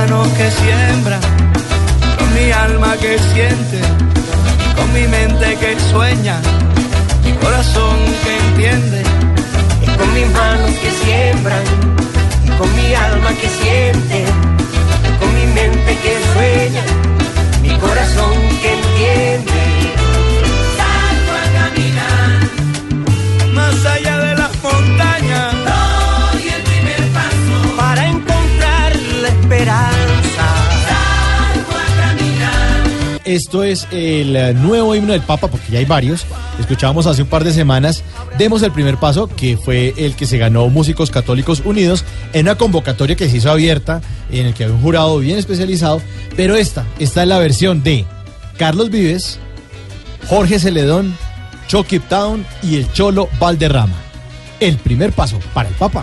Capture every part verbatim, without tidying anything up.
manos que siembran, con mi alma que siente, con mi mente que sueña, mi corazón que entiende. Y con mis manos que siembran, y con mi alma que siente, y con mi mente que sueña, mi corazón que entiende. Salgo a caminar más allá de las montañas. Doy el primer paso para encontrar la esperanza. Salgo a caminar. Esto es el nuevo himno del Papa, porque ya hay varios. Escuchábamos hace un par de semanas. Demos el primer paso, que fue el que se ganó Músicos Católicos Unidos en una convocatoria que se hizo abierta, en el que había un jurado bien especializado. Pero esta, esta es la versión de Carlos Vives, Jorge Celedón, Chucky Town y el Cholo Valderrama. El primer paso para el Papa.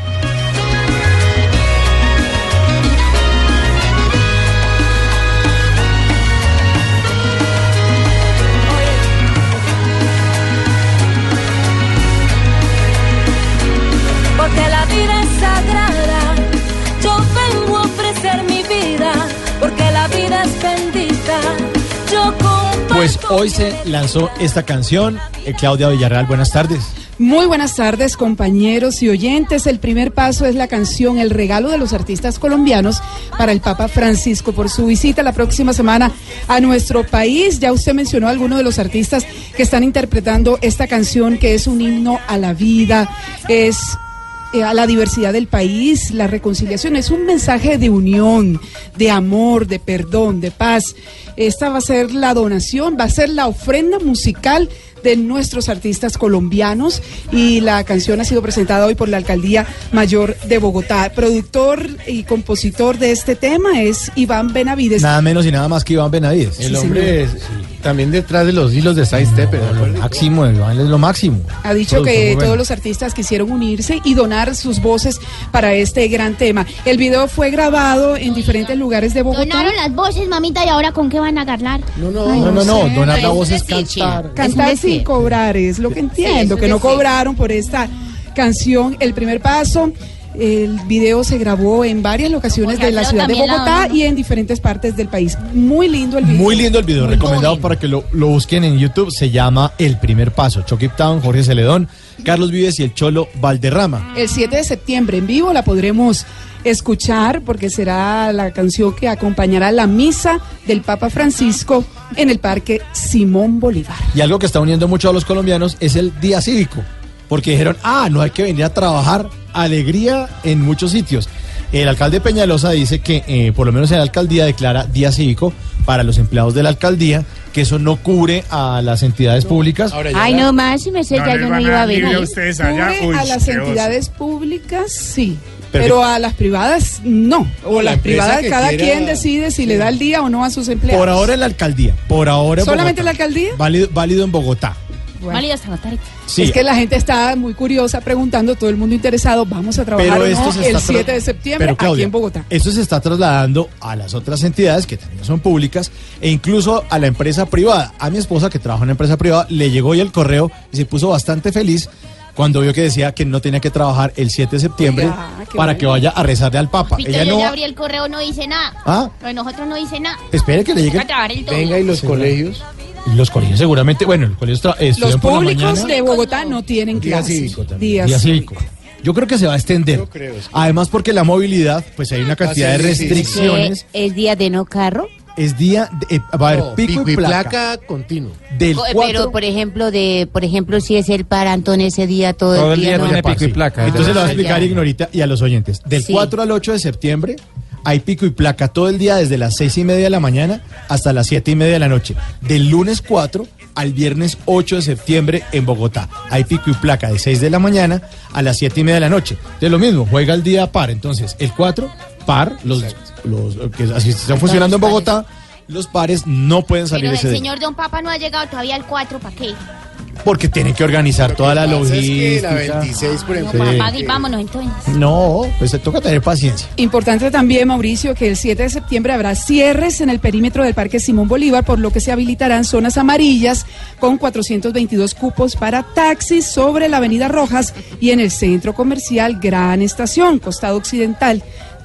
Porque la vida es sagrada, yo vengo a ofrecer mi vida, porque la vida es bendita, yo comparto. Pues hoy se lanzó esta canción. Eh, Claudia Villarreal, buenas tardes. Muy buenas tardes, compañeros y oyentes. El primer paso es la canción El regalo de los artistas colombianos para el Papa Francisco por su visita la próxima semana a nuestro país. Ya usted mencionó a algunos de los artistas que están interpretando esta canción, que es un himno a la vida, es eh, a la diversidad del país, la reconciliación, es un mensaje de unión, de amor, de perdón, de paz. Esta va a ser la donación, va a ser la ofrenda musical de nuestros artistas colombianos, y la canción ha sido presentada hoy por la Alcaldía Mayor de Bogotá. Productor y compositor de este tema es Iván Benavides. Nada menos y nada más que Iván Benavides. El hombre es, sí, también detrás de los hilos de Sidestep. No, lo máximo, Iván es lo máximo. Ha dicho Productor, que bueno. todos los artistas quisieron unirse y donar sus voces para este gran tema. El video fue grabado en diferentes lugares de Bogotá. Donaron las voces, mamita, ¿y ahora con qué van a ganar? No, no, Ay, No, no, no, sé. donar la Pero voz es es decir, cantar. Cantar Es un sin decir. cobrar es lo que entiendo, Sí, que es no decir. cobraron por esta canción. El primer paso, el video se grabó en varias locaciones Oye, de la Alfredo ciudad de también la Bogotá donó. y en diferentes partes del país. Muy lindo el video. Muy lindo el video, Muy recomendado lindo. para que lo, lo busquen en YouTube. Se llama El Primer Paso. Chucky Town, Jorge Celedón, Carlos Vives y el Cholo Valderrama. El siete de septiembre en vivo la podremos escuchar, porque será la canción que acompañará la misa del Papa Francisco en el Parque Simón Bolívar. Y algo que está uniendo mucho a los colombianos es el día cívico, porque dijeron, ah, no hay que venir a trabajar, alegría en muchos sitios. El alcalde Peñalosa dice que eh, por lo menos en la alcaldía declara día cívico para los empleados de la alcaldía, que eso no cubre a las entidades públicas. Ahora ya Ay, la- no más, si me sé, ya yo no iba a venir. ustedes allá. Cubre Uy, a las qué oso. entidades públicas, sí. Pero Pero, que- a las privadas, no. O La las empresa privadas, que cada quiera- quien decide si sí. le da el día o no a sus empleados. Por ahora en la alcaldía, por ahora en ¿Solamente Bogotá. la alcaldía? Válido, válido en Bogotá. Bueno, Válido hasta la tarde. Sí, es que la gente está muy curiosa preguntando, todo el mundo interesado, vamos a trabajar pero o esto no se el está tra- siete de septiembre Pero, aquí Claudia, en Bogotá. Esto se está trasladando a las otras entidades que también son públicas e incluso a la empresa privada. A mi esposa, que trabaja en una empresa privada, le llegó hoy el correo y se puso bastante feliz cuando vio que decía que no tenía que trabajar el siete de septiembre Oiga, qué para bueno. que vaya a rezarle al Papa. Pito, Ella yo no. ya abrí el correo, no dice nada. Ah, Lo de nosotros no dice nada. espere que le llegue. Toca trabajar el doble. Venga, y los Seguro. colegios. Los colegios seguramente, bueno, los colegios tra- estudian Los por la públicos mañana. de Bogotá no tienen Día clases. cívico también. Días Día cívico. Yo creo que se va a extender. Yo creo, sí. Además porque la movilidad, pues hay una cantidad de ser difícil. restricciones. ¿Es día de no carro? Es día, de- eh, va a haber No, pico, y placa, continuo. del Co- cuatro. Pero, por ejemplo, de por ejemplo, si es el parantón ese día, todo, Todo el el día, día no. tiene Parce. pico y placa. Entonces lo va a Ah, explicar ya. Ignorita y a los oyentes. Del Sí. cuatro al ocho de septiembre hay pico y placa todo el día desde las seis y media de la mañana hasta las siete y media de la noche. Del lunes cuatro al viernes ocho de septiembre en Bogotá. Hay pico y placa de seis de la mañana a las siete y media de la noche. De lo mismo, juega el día par. Entonces, el cuatro, par, los, los que así están funcionando en Bogotá, los pares no pueden salir Pero el ese día. señor Don Papa no ha llegado todavía al cuatro, ¿para qué? Porque tienen que organizar toda la Lo que pasa es que logística. la veintiséis, por No, ejemplo. pues Sí. apague y vámonos entonces. No, pues se toca tener paciencia. Importante también, Mauricio, que el siete de septiembre habrá cierres en el perímetro del Parque Simón Bolívar, por lo que se habilitarán zonas amarillas con cuatrocientos veintidós cupos para taxis sobre la Avenida Rojas y en el centro comercial Gran Estación, costado occidental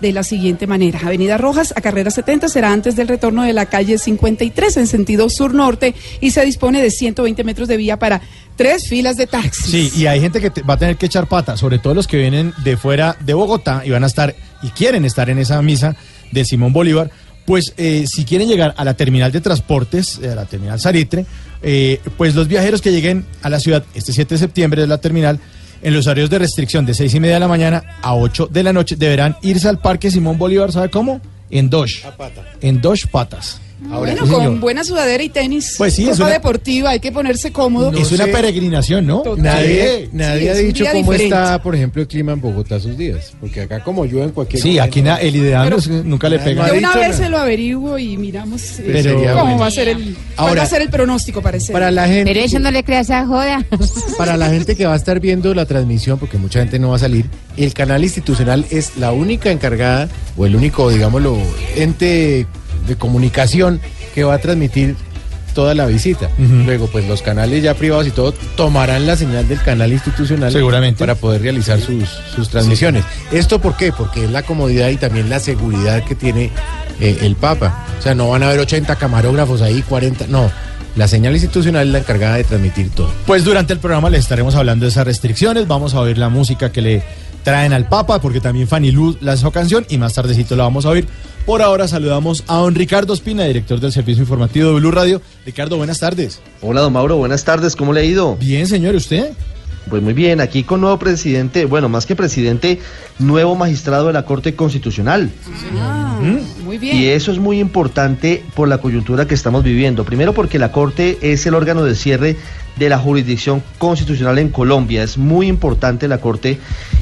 de la siguiente manera. Avenida Rojas a carrera setenta será antes del retorno de la calle cincuenta y tres en sentido sur-norte y se dispone de ciento veinte metros de vía para tres filas de taxis. Sí, y hay gente que te, va a tener que echar pata, sobre todo los que vienen de fuera de Bogotá y van a estar y quieren estar en esa misa de Simón Bolívar. Pues eh, si quieren llegar a la terminal de transportes, a la terminal Salitre, eh, pues los viajeros que lleguen a la ciudad este siete de septiembre de la terminal, en los horarios de restricción de seis y media de la mañana a ocho de la noche, deberán irse al Parque Simón Bolívar, ¿sabe cómo? En dos. En dos patas. Ahora, bueno, sí, con buena sudadera y tenis, pues sí, ropa es una deportiva, hay que ponerse cómodo. No es sé. Una peregrinación, ¿no? Total. Nadie, nadie sí, ha dicho cómo diferente. Está, por ejemplo, el clima en Bogotá sus días, porque acá como llueve en cualquier Sí, momento, aquí na, el ideal pero, no, nunca le pega. De una vez se lo averiguo y miramos pero, eh, cómo bueno. va a ser el Ahora, va a ser el pronóstico, parece. Para la gente, pero eso no le crea esa joda. Para la gente que va a estar viendo la transmisión, porque mucha gente no va a salir, el canal institucional es la única encargada, o el único, digámoslo, ente de comunicación que va a transmitir toda la visita. Uh-huh. Luego, pues los canales ya privados y todo tomarán la señal del canal institucional seguramente para poder realizar sus, sus transmisiones. Sí. ¿Esto por qué? Porque es la comodidad y también la seguridad que tiene eh, el Papa. O sea, no van a haber ochenta camarógrafos ahí, cuarenta, no. La señal institucional es la encargada de transmitir todo. Pues durante el programa le estaremos hablando de esas restricciones, vamos a oír la música que le traen al Papa, porque también Fanny Lu lanzó canción y más tardecito la vamos a oír. Por ahora saludamos a don Ricardo Ospina, director del Servicio Informativo de Blue Radio. Ricardo, buenas tardes. Hola, don Mauro, buenas tardes, ¿cómo le ha ido? Bien, señor, ¿usted? Pues muy bien, aquí con nuevo presidente, bueno, más que presidente, nuevo magistrado de la Corte Constitucional. Ah, ¿Mm? Muy bien. Y eso es muy importante por la coyuntura que estamos viviendo. Primero porque la Corte es el órgano de cierre de la jurisdicción constitucional en Colombia, es muy importante la Corte.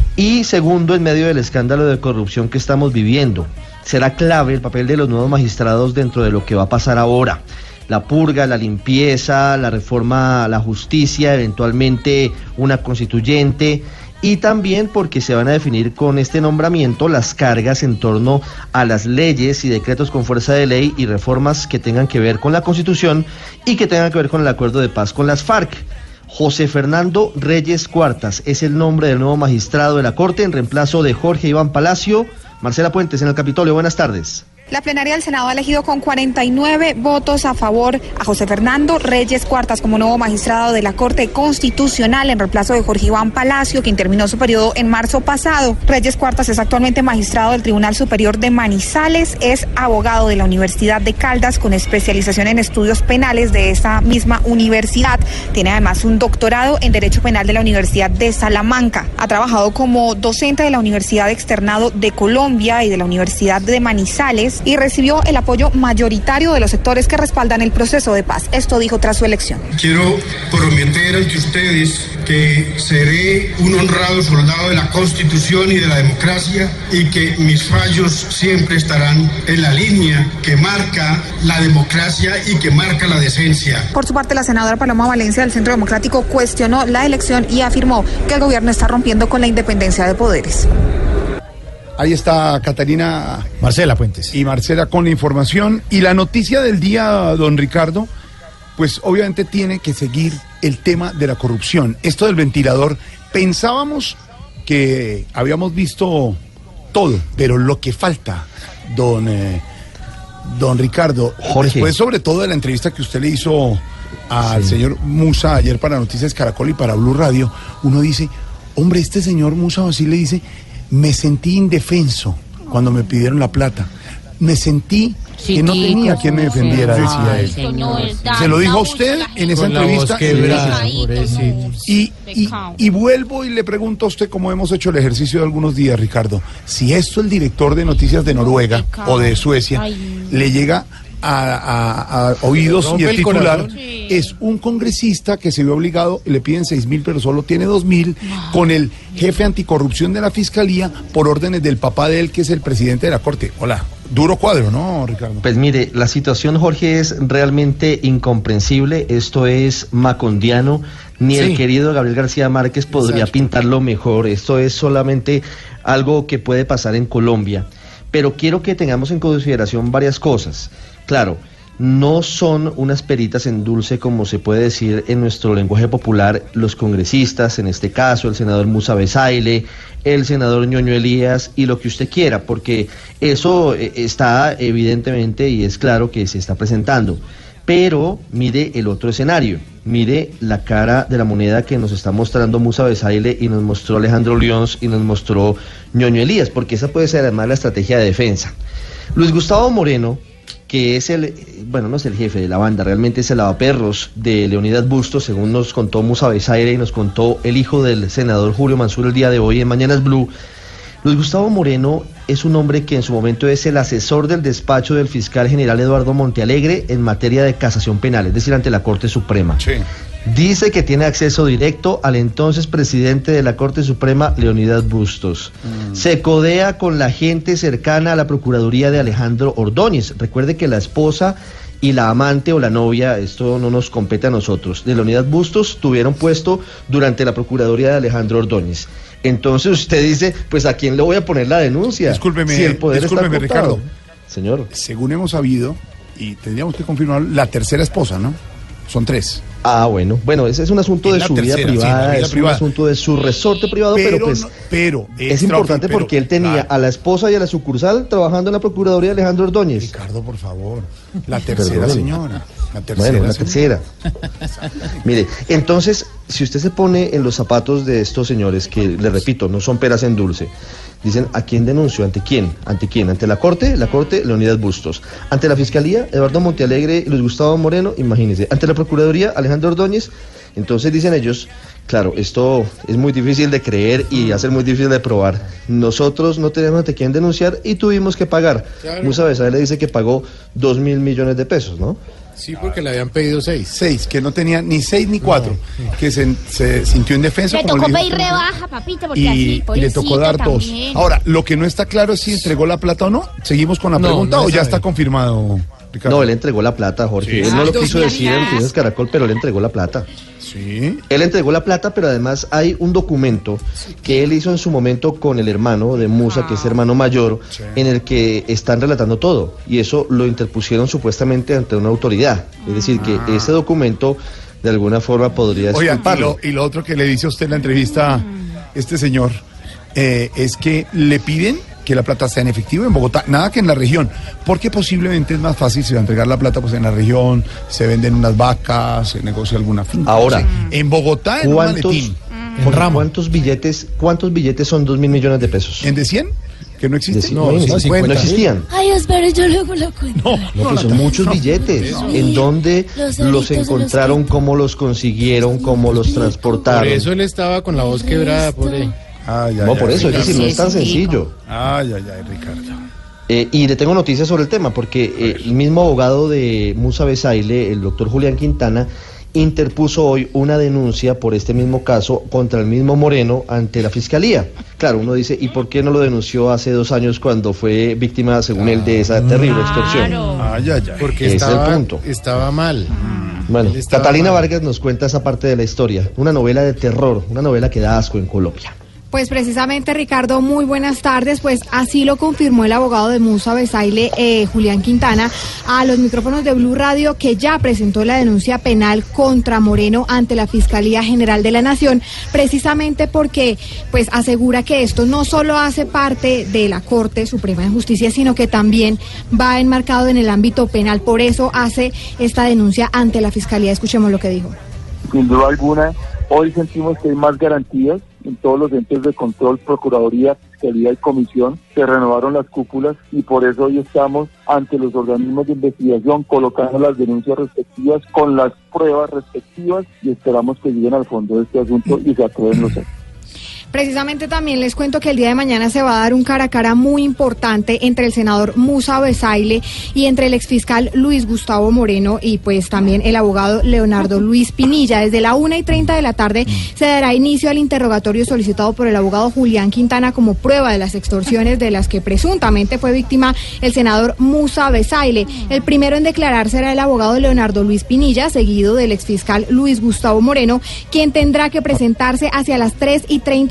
Y segundo, en medio del escándalo de corrupción que estamos viviendo, será clave el papel de los nuevos magistrados dentro de lo que va a pasar ahora. La purga, la limpieza, la reforma a la justicia, eventualmente una constituyente, y también porque se van a definir con este nombramiento las cargas en torno a las leyes y decretos con fuerza de ley y reformas que tengan que ver con la Constitución y que tengan que ver con el acuerdo de paz con las FARC. José Fernando Reyes Cuartas es el nombre del nuevo magistrado de la Corte en reemplazo de Jorge Iván Palacio. Marcela Puentes en el Capitolio, buenas tardes. La plenaria del Senado ha elegido con cuarenta y nueve votos a favor a José Fernando Reyes Cuartas como nuevo magistrado de la Corte Constitucional en reemplazo de Jorge Iván Palacio, quien terminó su periodo en marzo pasado. Reyes Cuartas es actualmente magistrado del Tribunal Superior de Manizales, es abogado de la Universidad de Caldas con especialización en estudios penales de esta misma universidad. Tiene además un doctorado en Derecho Penal de la Universidad de Salamanca. Ha trabajado como docente de la Universidad Externado de Colombia y de la Universidad de Manizales y recibió el apoyo mayoritario de los sectores que respaldan el proceso de paz. Esto dijo tras su elección. Quiero prometer ante ustedes que seré un honrado soldado de la Constitución y de la democracia y que mis fallos siempre estarán en la línea que marca la democracia y que marca la decencia. Por su parte, la senadora Paloma Valencia del Centro Democrático cuestionó la elección y afirmó que el gobierno está rompiendo con la independencia de poderes. Ahí está Catalina. Marcela Puentes. Y Marcela con la información. Y la noticia del día, don Ricardo, pues obviamente tiene que seguir el tema de la corrupción. Esto del ventilador, pensábamos que habíamos visto todo, pero lo que falta, don, eh, don Ricardo, Jorge. Después sobre todo de la entrevista que usted le hizo al sí. señor Musa ayer para Noticias Caracol y para Blue Radio, uno dice, hombre, este señor Musa así le dice... Me sentí indefenso cuando me pidieron la plata. Me sentí sí, que no tenía quien me defendiera, sí. decía él. Señor, se lo dijo a usted en esa entrevista. Y, y, y vuelvo y le pregunto a usted, como hemos hecho el ejercicio de algunos días, Ricardo, si esto el director de noticias de Noruega o de Suecia le llega a, a, a oídos y el titular sí. es un congresista que se ve obligado, le piden seis mil pero solo tiene dos mil, wow. con el jefe anticorrupción de la fiscalía por órdenes del papá de él, que es el presidente de la Corte. Hola, duro cuadro, ¿no, Ricardo? Pues mire, la situación, Jorge, es realmente incomprensible. Esto es macondiano. Ni sí. el querido Gabriel García Márquez podría Exacto. pintarlo mejor. Esto es solamente algo que puede pasar en Colombia. Pero quiero que tengamos en consideración varias cosas. Claro, no son unas peritas en dulce como se puede decir en nuestro lenguaje popular los congresistas, en este caso el senador Musa Besaile, el senador Ñoño Elías y lo que usted quiera, porque eso eh, está evidentemente y es claro que se está presentando. Pero mire el otro escenario, mire la cara de la moneda que nos está mostrando Musa Besaile y nos mostró Alejandro Lions y nos mostró Ñoño Elías, porque esa puede ser además la estrategia de defensa. Luis Gustavo Moreno, que es el, bueno, no es el jefe de la banda, realmente es el lavaperros de Leonidas Bustos, según nos contó Musa Besaile y nos contó el hijo del senador Julio Mansur el día de hoy en Mañanas Blue. Luis Gustavo Moreno es un hombre que en su momento es el asesor del despacho del fiscal general Eduardo Montealegre en materia de casación penal, es decir, ante la Corte Suprema. Sí. Dice que tiene acceso directo al entonces presidente de la Corte Suprema, Leonidas Bustos. Mm. Se codea con la gente cercana a la Procuraduría de Alejandro Ordóñez. Recuerde que la esposa y la amante o la novia, esto no nos compete a nosotros, de Leonidas Bustos, tuvieron puesto durante la Procuraduría de Alejandro Ordóñez. Entonces usted dice, pues ¿a quién le voy a poner la denuncia? Discúlpeme, si el poder discúlpeme está Ricardo. Señor. Según hemos sabido, y tendríamos que confirmar, la tercera esposa, ¿no? Son tres. Ah, bueno. Bueno, ese es un asunto de su vida privada, es un asunto de su resorte privado, pero, pero pues no, pero, es importante pero, porque él tenía claro. a la esposa y a la sucursal trabajando en la Procuraduría de Alejandro Ordóñez. Ricardo, por favor. La tercera señora. La tercera bueno, la señora. tercera. Mire, entonces, si usted se pone en los zapatos de estos señores, que le repito, no son peras en dulce, dicen, ¿a quién denuncio? ¿Ante quién? ¿Ante quién? ¿Ante la Corte? La Corte, Leonidas Bustos. ¿Ante la Fiscalía? Eduardo Montealegre y Luis Gustavo Moreno, imagínense. ¿Ante la Procuraduría? Alejandro Ordóñez. Entonces dicen ellos, claro, esto es muy difícil de creer y hacer muy difícil de probar. Nosotros no tenemos ante quién denunciar y tuvimos que pagar. Claro. Musa Besaile dice que pagó dos mil millones de pesos, ¿no? Sí, porque le habían pedido seis. Seis, que no tenía ni seis ni cuatro, no. que se, se sintió indefenso. Le tocó pedir rebaja, papito, porque y, así, y le tocó dar también. dos. Ahora, lo que no está claro es si entregó la plata o no. ¿Seguimos con la no, pregunta no o ya sabe. Está confirmado, Ricardo? No, él entregó la plata, Jorge. Sí. Él no ah, lo quiso decir en Noticias Caracol, pero él entregó la plata. Sí. Él entregó la plata, pero además hay un documento que él hizo en su momento con el hermano de Musa, que es hermano mayor, sí. en el que están relatando todo. Y eso lo interpusieron supuestamente ante una autoridad. Es decir, que ah. ese documento de alguna forma podría disculparlo. Oiga, y, y lo otro que le dice a usted en la entrevista a este señor eh, es que le piden que la plata sea en efectivo en Bogotá, nada que en la región, porque posiblemente es más fácil si va a entregar la plata pues en la región, se venden unas vacas, se negocia alguna finca. Ahora, o sea, en Bogotá en ¿cuántos, un maletín, en ramo. ¿cuántos billetes, cuántos billetes son dos mil millones de pesos? ¿En de cien? ¿Que no existen? No, no, no, cincuenta, no existían. Ay, espera, yo luego lo cuento. No, no, no son muchos no, billetes. No. ¿En dónde los, los encontraron? Los ¿Cómo los consiguieron? ¿Cómo los transportaron? Por eso él estaba con la voz quebrada, por ahí. Ay, ay, no, por ay, eso, Ricardo. Es decir, no es tan sencillo. Ay, ay, ay, Ricardo. Eh, y le tengo noticias sobre el tema, porque eh, el mismo abogado de Musa Besaile, el doctor Julián Quintana, interpuso hoy una denuncia por este mismo caso contra el mismo Moreno ante la Fiscalía. Claro, uno dice, ¿y por qué no lo denunció hace dos años cuando fue víctima, según él, de esa terrible extorsión? Ay, ay, ay. Porque ese estaba, es el punto. Estaba mal. Bueno, estaba Catalina mal. Vargas nos cuenta esa parte de la historia, una novela de terror, una novela que da asco en Colombia. Pues precisamente, Ricardo, muy buenas tardes. Pues así lo confirmó el abogado de Musa Besaile, eh, Julián Quintana, a los micrófonos de Blue Radio, que ya presentó la denuncia penal contra Moreno ante la Fiscalía General de la Nación, precisamente porque pues asegura que esto no solo hace parte de la Corte Suprema de Justicia, sino que también va enmarcado en el ámbito penal. Por eso hace esta denuncia ante la Fiscalía. Escuchemos lo que dijo. Sin duda alguna, hoy sentimos que hay más garantías en todos los entes de control, Procuraduría, Fiscalía y Comisión. Se renovaron las cúpulas y por eso hoy estamos ante los organismos de investigación colocando las denuncias respectivas con las pruebas respectivas y esperamos que lleguen al fondo de este asunto y se aprueben los hechos. Precisamente también les cuento que el día de mañana se va a dar un cara a cara muy importante entre el senador Musa Besaile y entre el exfiscal Luis Gustavo Moreno y pues también el abogado Leonardo Luis Pinilla. Desde la una y treinta de la tarde se dará inicio al interrogatorio solicitado por el abogado Julián Quintana como prueba de las extorsiones de las que presuntamente fue víctima el senador Musa Besaile. El primero en declarar será el abogado Leonardo Luis Pinilla, seguido del exfiscal Luis Gustavo Moreno, quien tendrá que presentarse hacia las tres y treinta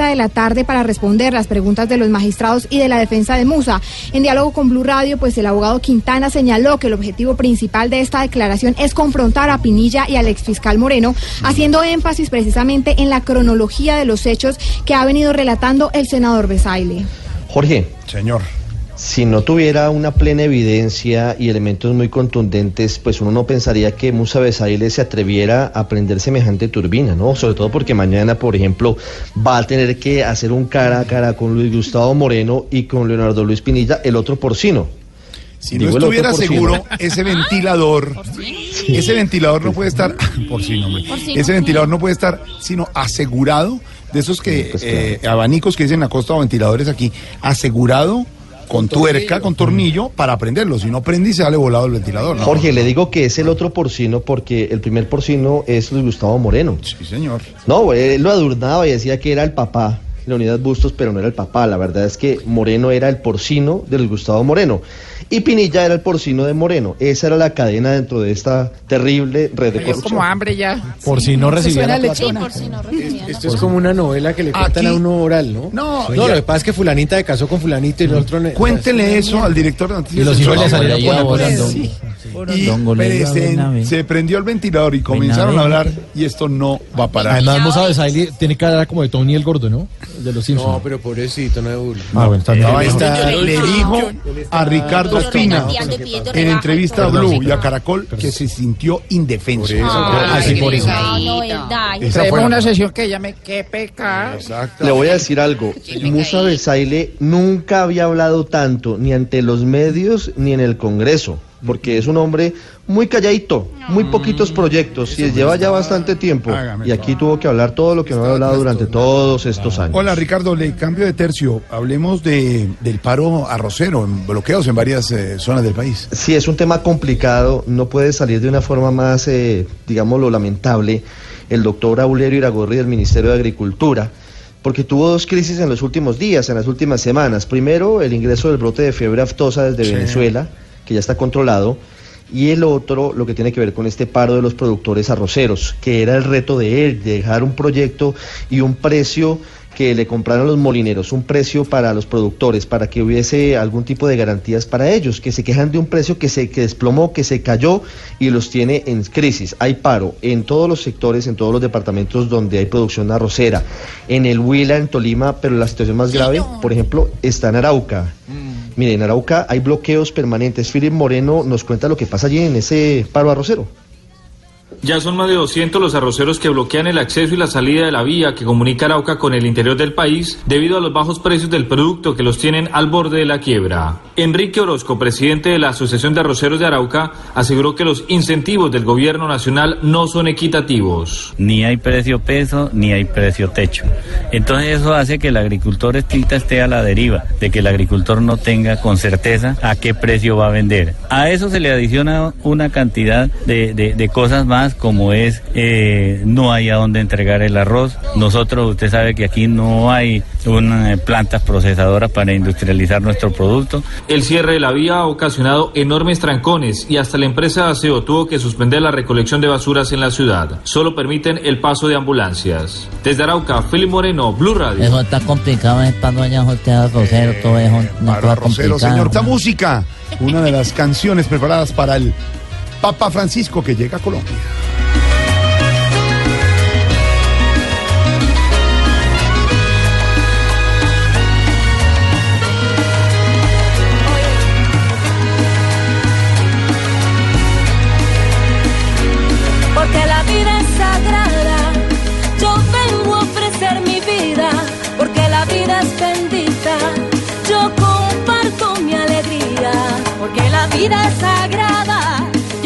de la tarde para responder las preguntas de los magistrados y de la defensa de Musa. En diálogo con Blue Radio, pues el abogado Quintana señaló que el objetivo principal de esta declaración es confrontar a Pinilla y al exfiscal Moreno, haciendo énfasis precisamente en la cronología de los hechos que ha venido relatando el senador Besaile. Jorge. Señor. Si no tuviera una plena evidencia y elementos muy contundentes, pues uno no pensaría que Musa Besaile se atreviera a prender semejante turbina, ¿no? Sobre todo porque mañana, por ejemplo, va a tener que hacer un cara a cara con Luis Gustavo Moreno y con Leonardo Luis Pinilla, el otro porcino. Si Digo, no estuviera seguro, ese ventilador, sí. ese ventilador no puede estar, por sí, hombre, ese ventilador no puede estar, sino asegurado, de esos que, sí, pues, eh, claro. abanicos que dicen Acosta o ventiladores aquí, asegurado con tuerca, con tornillo, para prenderlo. Si no prende y se sale volado el ventilador, ¿no? Jorge, le digo que es el otro porcino porque el primer porcino es Luis Gustavo Moreno. Sí, señor. No, él lo adornaba y decía que era el papá, Leonidas Bustos, pero no era el papá. La verdad es que Moreno era el porcino de Luis Gustavo Moreno. Y Pinilla era el porcino de Moreno. Esa era la cadena dentro de esta terrible red de corrupción. como hambre ya. Porcino recibía la plata. Sí, porcino recibía. Esto es como una novela que le cuentan a uno oral, ¿no? No, no, lo que pasa es que fulanita se casó con fulanito y el otro... Cuéntele eso al director de noticias. Y los hijos le salieron volando. Sí. Y presen, se prendió el ventilador y comenzaron a hablar y esto no va a parar. Además, Musa Besaile tiene cara como de Tony el Gordo, ¿no? De los Simpsons. No, pero pobrecito, no de burla. Ah, bueno, está bien. Está, le dijo a Ricardo Ospina en entrevista a Blue y a Caracol que se sintió indefenso. Así por eso. Traemos una sesión que llame qué pecado. Le voy a decir algo. Musa Besaile nunca había hablado tanto ni ante los medios ni en el Congreso, porque es un hombre muy calladito, muy poquitos proyectos y lleva ya bastante tiempo. Y aquí tuvo que hablar todo lo que no había hablado durante todos estos años. Hola Ricardo, le cambio de tercio. Hablemos de, del paro arrocero, en bloqueos en varias eh, zonas del país. Sí, es un tema complicado, no puede salir de una forma más, eh, digámoslo, lamentable, el doctor Aurelio Iragorri del Ministerio de Agricultura, porque tuvo dos crisis en los últimos días, en las últimas semanas. Primero, el ingreso del brote de fiebre aftosa desde sí. Venezuela, que ya está controlado, y el otro, lo que tiene que ver con este paro de los productores arroceros, que era el reto de él, de dejar un proyecto y un precio que le compraran los molineros, un precio para los productores, para que hubiese algún tipo de garantías para ellos, que se quejan de un precio que se que desplomó, que se cayó y los tiene en crisis. Hay paro en todos los sectores, en todos los departamentos donde hay producción arrocera, en el Huila, en Tolima, pero la situación más grave, por ejemplo, está en Arauca. Miren, en Arauca hay bloqueos permanentes. Philip Moreno nos cuenta lo que pasa allí en ese paro arrocero. Ya son más de doscientos los arroceros que bloquean el acceso y la salida de la vía que comunica Arauca con el interior del país debido a los bajos precios del producto que los tienen al borde de la quiebra. Enrique Orozco, presidente de la Asociación de Arroceros de Arauca, aseguró que los incentivos del gobierno nacional no son equitativos. Ni hay precio peso, ni hay precio techo. Entonces eso hace que el agricultor estricta esté a la deriva, de que el agricultor no tenga con certeza a qué precio va a vender. A eso se le adiciona una cantidad de, de, de cosas más, como es eh, no hay a dónde entregar el arroz. Nosotros, usted sabe que aquí no hay una, eh, plantas procesadoras para industrializar nuestro producto. El cierre de la vía ha ocasionado enormes trancones y hasta la empresa de aseo tuvo que suspender la recolección de basuras en la ciudad. Solo permiten el paso de ambulancias. Desde Arauca, Felipe Moreno, Blue Radio. Eso está complicado, estando allá José Rosero, todo eso. Para Rosero, señor, esta música, una de las canciones preparadas para el Papa Francisco que llega a Colombia. Porque la vida es sagrada, yo vengo a ofrecer mi vida, porque la vida es bendita, yo comparto mi alegría, porque la vida es sagrada.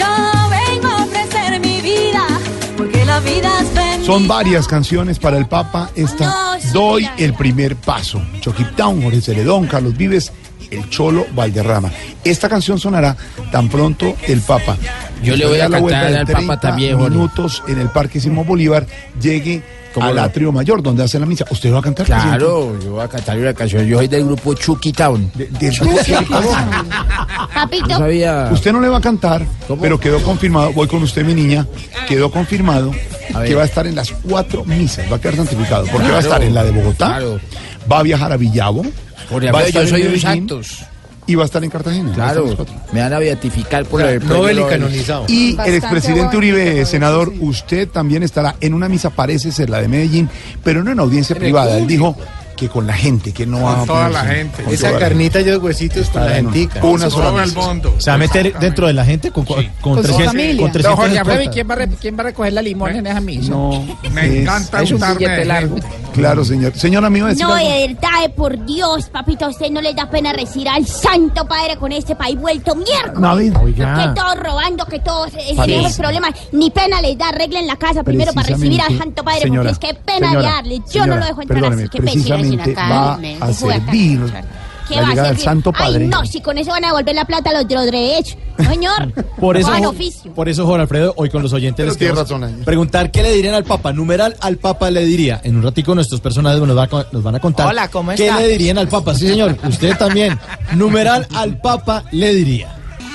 Son varias canciones para el Papa. Esta, Doy el primer paso. Chucky Town, Jorge Celedón, Carlos Vives, el Cholo Valderrama. Esta canción sonará tan pronto el Papa. Yo le voy a cantar al Papa también, Jorge. Minutos en el Parque Simón Bolívar llegue al atrio mayor donde hacen la misa. ¿Usted va a cantar? Claro, presidente? Yo voy a cantar una canción. Yo soy del grupo Chucky Town. De, de Chucky Town. Papito. No sabía. Usted no le va a cantar, ¿cómo? Pero quedó confirmado. Voy con usted, mi niña. Quedó confirmado que va a estar en las cuatro misas, va a quedar santificado, porque Claro. va a estar en la de Bogotá, Claro. va a viajar a Villavo, Por va a ejemplo, estar yo soy en un Medellín, Santos. y va a estar en Cartagena. va a estar en Claro, las cuatro. me van a beatificar por O sea, el Nobel y premio canonizado. Y el Bastante expresidente bonito, Uribe, senador, usted también estará en una misa, parece ser la de Medellín, pero no en audiencia En el privada. Él público. dijo que con la gente, que no Con va a toda ponerse- la gente. con Esa toda la carnita gente. y los huesitos con la Está en gentica. Una sola Todo el misa. mundo. ¿Se va a meter dentro de la gente con, con, con, Con su trescientos, familia. con Don trescientos Jorge Alfredo, ¿y esposas? quién va, a re- quién va a recoger la limón en esa misa? No, Me es- encanta es un untarme billete de largo. Claro, señor. Señora, ¿me iba a decir No, algo? de verdad, por Dios, papito, a usted no le da pena recibir al Santo Padre con este país vuelto miércoles. David. Oiga. Que todos robando, que todos, ese Parece. es el problema. Ni pena les da, arreglen la casa primero para recibir al Precisamente, Santo Padre, señora, porque es que pena señora, de darle. Yo señora, no lo dejo entrar perdóneme, así, que me precisamente va a servir ¿Qué la va a llegada del servir? Santo Padre. Ay, no, si con eso van a devolver la plata a los de los derechos. No, señor. Por eso, Cojan Jo- oficio. por eso, Jorge Alfredo, hoy con los oyentes Pero les tiene queremos razón ahí. preguntar qué le dirían al Papa. Numeral al Papa le diría. En un ratico nuestros personajes nos, va a co- nos van a contar Hola, ¿cómo qué está? le dirían al Papa. Sí, señor, usted también. Numeral al Papa le diría.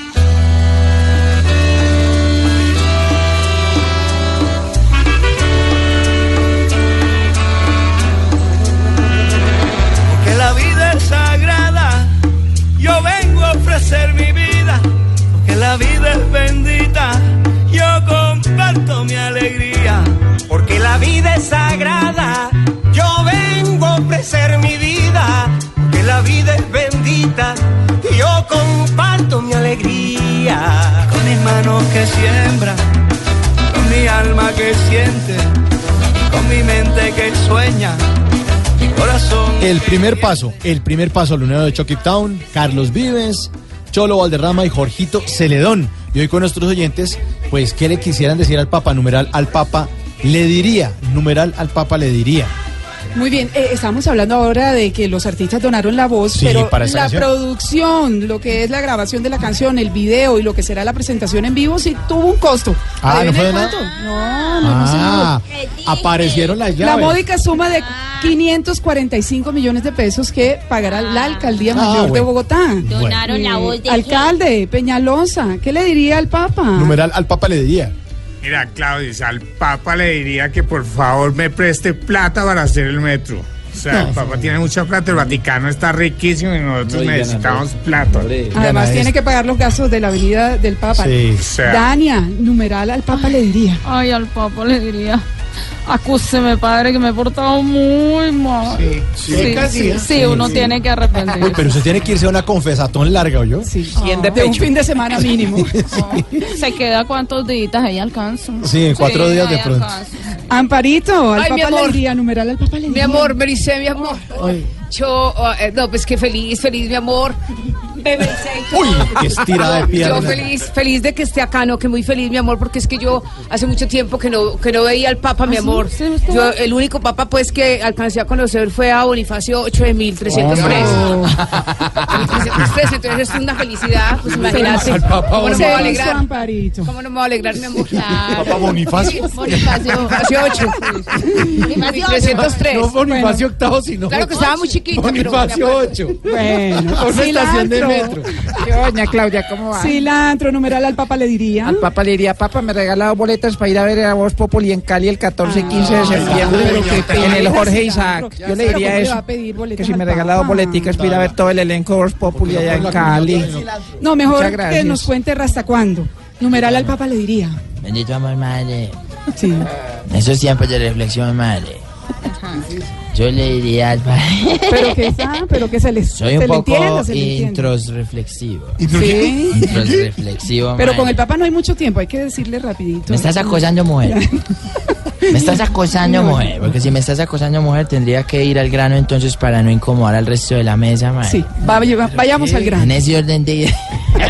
Porque la vida es sagrada, yo vengo a ofrecer mi vida. Porque la vida es bendita, yo comparto mi alegría. Porque la vida es sagrada, yo vengo a ofrecer mi vida. Porque la vida es bendita, yo comparto mi alegría. Con mis manos que siembran, con mi alma que siente, con mi mente que sueña, mi corazón. El primer paso, el primer paso al Unión de Chucky Town, Carlos Vives, Cholo Valderrama y Jorgito Celedón. Y hoy con nuestros oyentes, pues, ¿qué le quisieran decir al Papa? Numeral al Papa le diría. Numeral al Papa le diría. Muy bien, eh, estamos hablando ahora de que los artistas donaron la voz, Sí, pero para esta la canción. producción, lo que es la grabación de la canción, el video y lo que será la presentación en vivo, sí tuvo un costo. Ah, ¿no ¿Adivina fue de cuánto? nada? No, no, no, Ah, señor. aparecieron las La llaves. módica suma de quinientos cuarenta y cinco millones de pesos que pagará la alcaldía Ah, mayor de bueno. Bogotá. Donaron la voz de Alcalde Peñalosa, ¿qué le diría al Papa? Numeral al Papa le diría. Mira, Claudia, al Papa le diría que por favor me preste plata para hacer el metro. O sea, el Papa tiene mucha plata, el Vaticano está riquísimo y nosotros No digan necesitamos plata. Además tiene que pagar los gastos de la avenida del Papa. Sí. O sea- Dania, numeral al Papa le diría. Ay, al Papa le diría, acúseme, padre, que me he portado muy mal. Sí, sí, sí, sí, casi, sí, sí, uno sí. tiene que arrepentirse. Uy, pero usted tiene que irse a una confesatón larga, ¿o yo? Sí, de de un pecho. fin de semana mínimo. Se queda cuántos días ahí alcanza. Sí, en cuatro días de ahí pronto. alcanza. Amparito, al Ay, mi Papa amor. le diría, numeral al Papa le Mi diría. amor, Bericé, mi amor. Yo, eh, no, pues que feliz, feliz, mi amor. Uy, qué estirada de pierna. Yo feliz, feliz de que esté acá, no, que muy feliz, mi amor, porque es que yo hace mucho tiempo que no, que no veía al Papa, mi ¿Ah, sí? amor. ¿Sí, usted Yo, va? el único Papa, pues, que alcancé a conocer fue a Bonifacio ocho de mil trescientos tres. trescientos tres, entonces es una felicidad, pues imagínate. Al Papa ¿Cómo no me voy a Bonifacio. alegrar? Amparito. ¿Cómo no me voy a alegrar, mi amor? Papa Bonifacio. Bonifacio. Bonifacio ocho. trescientos tres. No Bonifacio octavo, sino Claro que estaba muy chiquita, pero Bonifacio me acuerdo. ocho. Bueno, Una estación de cilantro. metro. ¿Qué doña Claudia, cómo va? Cilantro, numeral al Papa le diría. Al Papa le diría, Papa, me regala dos boletas para ir a ver a Voz Populi en Cali el catorce y quince de septiembre pero qué pena, en el Jorge Cilantro. Isaac. Yo le Pero diría ¿cómo le eso, va a pedir boletas que si al me regala dos Papa? boleticas para ir a ver todo el elenco de Voz Populi allá en Cali. No, mejor Muchas que gracias. nos cuente hasta cuándo. Numeral al Papa le diría. Bendito amor, madre. Sí. En esos tiempos de reflexión, madre. Yo le diría al padre. Pero que está, pero que se les Soy se un le poco entienda, se le entienda. introsreflexivo. Sí. Introsreflexivo, Pero con madre. el Papa no hay mucho tiempo, hay que decirle rapidito. Me estás acosando, mujer. Me estás acosando, No. mujer. Porque si me estás acosando, mujer, tendría que ir al grano entonces para no incomodar al resto de la mesa, madre. Sí, va- va- vayamos al En grano. ese orden de ideas.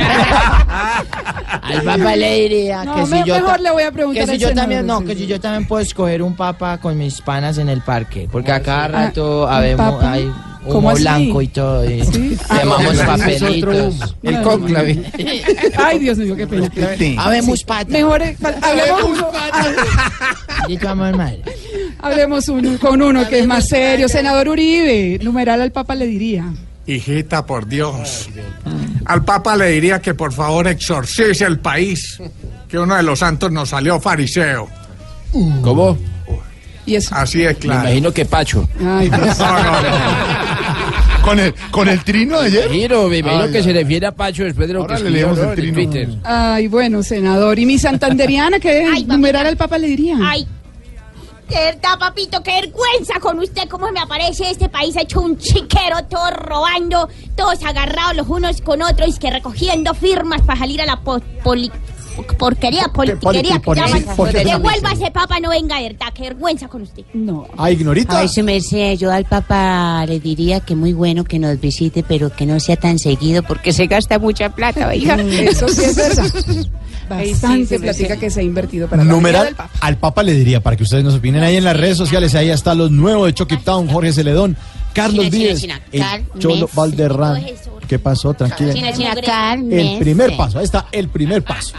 Al Papa le diría No, que si me- yo mejor ta- le voy a preguntar que si al yo senador, también no sí, que sí. si yo también puedo escoger un papa con mis panas en el parque, porque a cada Ah, rato ¿un habemos papa? hay ¿Cómo humo así? blanco y todo y ¿Sí? Ah, quemamos no, papelitos. El cónclave. Ay, Dios mío, qué pena. Habemos Sí, pata. Mejor eh, pa- hablemos uno, Bendito amor, madre. hablemos uno con uno que es más serio. Senador Uribe, numeral al Papa le diría. Hijita, por Dios. Al Papa le diría que por favor exorcice el país, que uno de los santos nos salió fariseo. ¿Cómo? Y eso. Así es, claro. Me imagino que Pacho. Ay, Dios. No, no, no. ¿Con el, con el trino de ayer? Me imagino, me imagino Ay, que ay. se refiere a Pacho después de lo Ahora que le escribió, leemos ¿no? el en trino. Twitter. Ay, bueno, senador. ¿Y mi santanderiana qué Ay, numeral al Papa le diría? Ay, de verdad, papito, qué vergüenza con usted, cómo me aparece este país hecho un chiquero, todos robando, todos agarrados los unos con otros, que recogiendo firmas para salir a la po poli porquería, politiquería que llaman. Devuélvase, Papa, no venga, de verdad, qué vergüenza con usted. No. Ah, Ignorita. Ay, su merced, yo al Papa le diría que muy bueno que nos visite, pero que no sea tan seguido porque se gasta mucha plata, oiga. Eso sí es verdad. Ay, sí, Bastante se me platica sé. que se ha invertido para la vida Numeral del Papa. al Papa le diría, para que ustedes nos opinen ahí en las redes sociales, ahí está los nuevos de Chucky Town, Jorge Celedón, Carlos China, Vives, China, el Cal, Cholo Messi. Valderrama. ¿Qué pasó? Tranquila. China, China, Cal, El Messi. primer paso, ahí está el primer paso.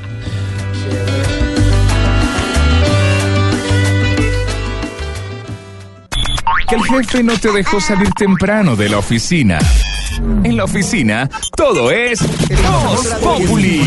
Que el jefe no te dejó salir temprano de la oficina. En la oficina, todo es Voz Populi.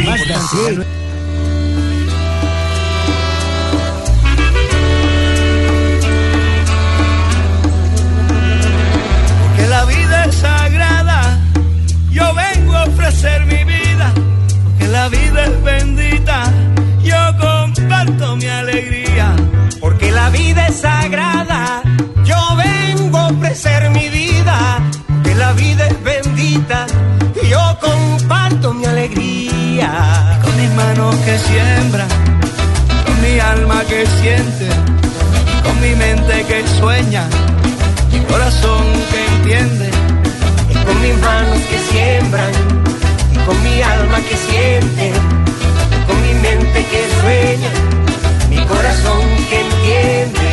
Porque la vida es sagrada, yo vengo a ofrecer mi vida. Porque la vida es bendita, yo comparto mi alegría. Porque la vida es sagrada, yo vengo a ofrecer mi vida. Porque la vida es bendita, y yo comparto mi alegría. Con mis manos que siembran, con mi alma que siente, con mi mente que sueña, mi corazón que entiende. Y con mis manos que siembran, y con mi alma que siente, y con mi mente que sueña, mi corazón que entiende.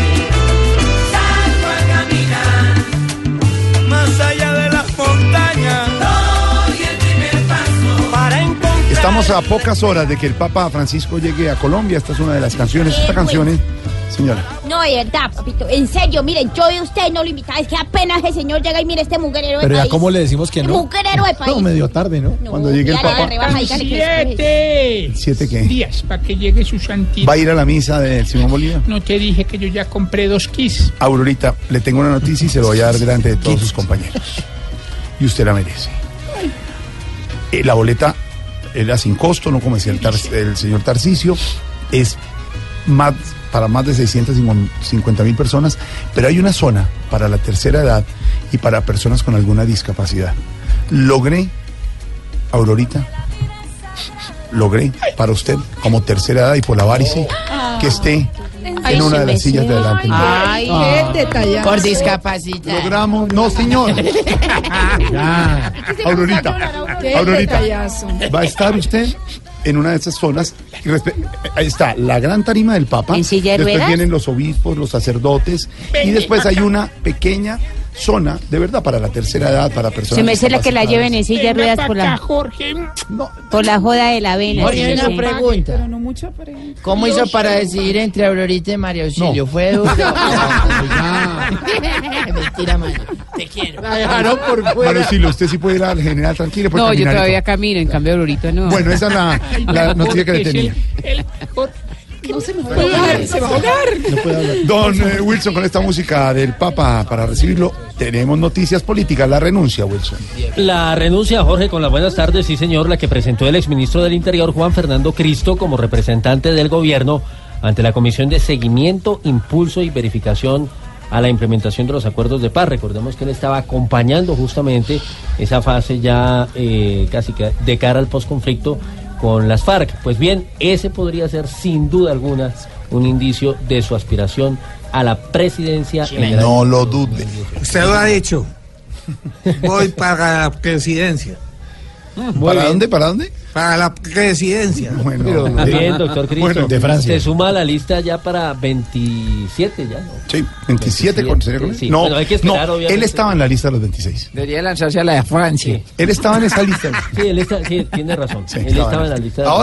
Salgo a caminar más allá de las montañas. doy el primer paso para encontrar. Estamos a pocas horas de que el Papa Francisco llegue a Colombia. Esta es una de las canciones. Esta canción es, señora. No, de verdad, papito, en serio, miren, yo y usted no lo invitaba, es que apenas el señor llega y mire este mugrero de Pero ya país. cómo le decimos que no. Mugrero de país. No, medio tarde, ¿no? Cuando llegue el Ya le Papa. rebaja, dígale que Siete ¿Siete qué? días para que llegue su santidad. ¿Va a ir a la misa de Simón Bolívar? No te dije que yo ya compré dos kits. Aurorita, le tengo una noticia y se lo voy a dar delante de todos sus compañeros. Y usted la merece. Eh, la boleta era sin costo, no como decía el, tar- el señor Tarcisio. Es más para más de seiscientas cincuenta mil personas, pero hay una zona para la tercera edad y para personas con alguna discapacidad. Logré, Aurorita, logré para usted, como tercera edad y por la varice, que esté Ay, en una se de me las sillas de siente. adelante. Ay, qué detallazo. Por discapacidad. Logramos, no señor. Ya, Aurorita, Qué Aurorita, detallazo. va a estar usted en una de esas zonas. Y respe- Ahí está la gran tarima del Papa. ¿En silla de Después ruedas? vienen los obispos, los sacerdotes. Y después hay una pequeña zona, de verdad, para la tercera edad, para personas. Se me hace la que la lleven en silla de ruedas por la, Jorge. por la joda de la avena. Jorge, sí, una sí. pregunta. Pero no mucha pregunta. ¿Cómo hizo para decidir entre Aurorita y María Auxilio? ¿Fue duro? Mentira, mano. Te quiero. La dejaron por fuera. Bueno, sí, usted sí puede ir al general tranquilo. puede No, yo caminar y todavía todo. camino, en cambio Aurorita no. Bueno, esa es la, la noticia que le Jorge es tenía. el- el mejor. No se me va a ahogar, se va a ahogar. Don eh, Wilson, con esta música del Papa para recibirlo, tenemos noticias políticas. La renuncia, Wilson. La renuncia, Jorge, con las buenas tardes, sí señor, la que presentó el exministro del Interior, Juan Fernando Cristo, como representante del gobierno ante la Comisión de Seguimiento, Impulso y Verificación a la implementación de los acuerdos de paz. Recordemos que él estaba acompañando justamente esa fase ya eh, casi que de cara al posconflicto con las FARC. Pues bien, ese podría ser sin duda alguna un indicio de su aspiración a la presidencia. en el No año lo dude. Usted lo ha dicho. Voy para la presidencia. ¿Para dónde? ¿Para dónde? Para la presidencia. Bueno, Bien, doctor Cristo. Bueno, de Francia. Se suma a la lista ya para veintisiete ya, ¿no? Sí, veintisiete con, ¿sería con él? Sí, No, bueno, hay que esperar, no, obviamente. él estaba en la lista de los veintiséis. Debería lanzarse a la de Francia. Él estaba en esa lista. Sí, él está, sí, tiene razón. Sí, él estaba estaba en en la la lista de Ahora los veintiséis. son Ya todavía hay que veintiséis. esperar. Como el Podría- Mamá sí. veintiséis. Podría Muy bien. ganar. María Camila Correa.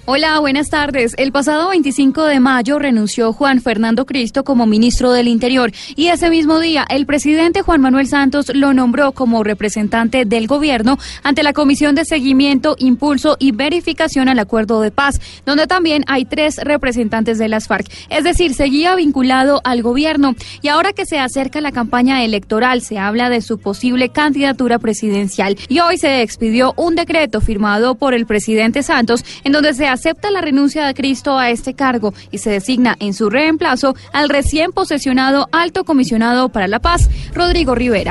Hola, buenas tardes. El pasado veinticinco de mayo renunció Juan Fernando Cristo como ministro del Interior y ese mismo día el presidente Juan Manuel Santos lo nombró como representante del gobierno ante la Comisión de Seguimiento, Impulso y Verificación al Acuerdo de Paz, donde también hay tres representantes de las FARC. Es decir, seguía vinculado al gobierno y ahora que se acerca la campaña electoral se habla de su posible candidatura presidencial y hoy se expidió un decreto firmado por el presidente Santos en donde se acepta la renuncia de Cristo a este cargo y se designa en su reemplazo al recién posesionado Alto Comisionado para la Paz, Rodrigo Rivera.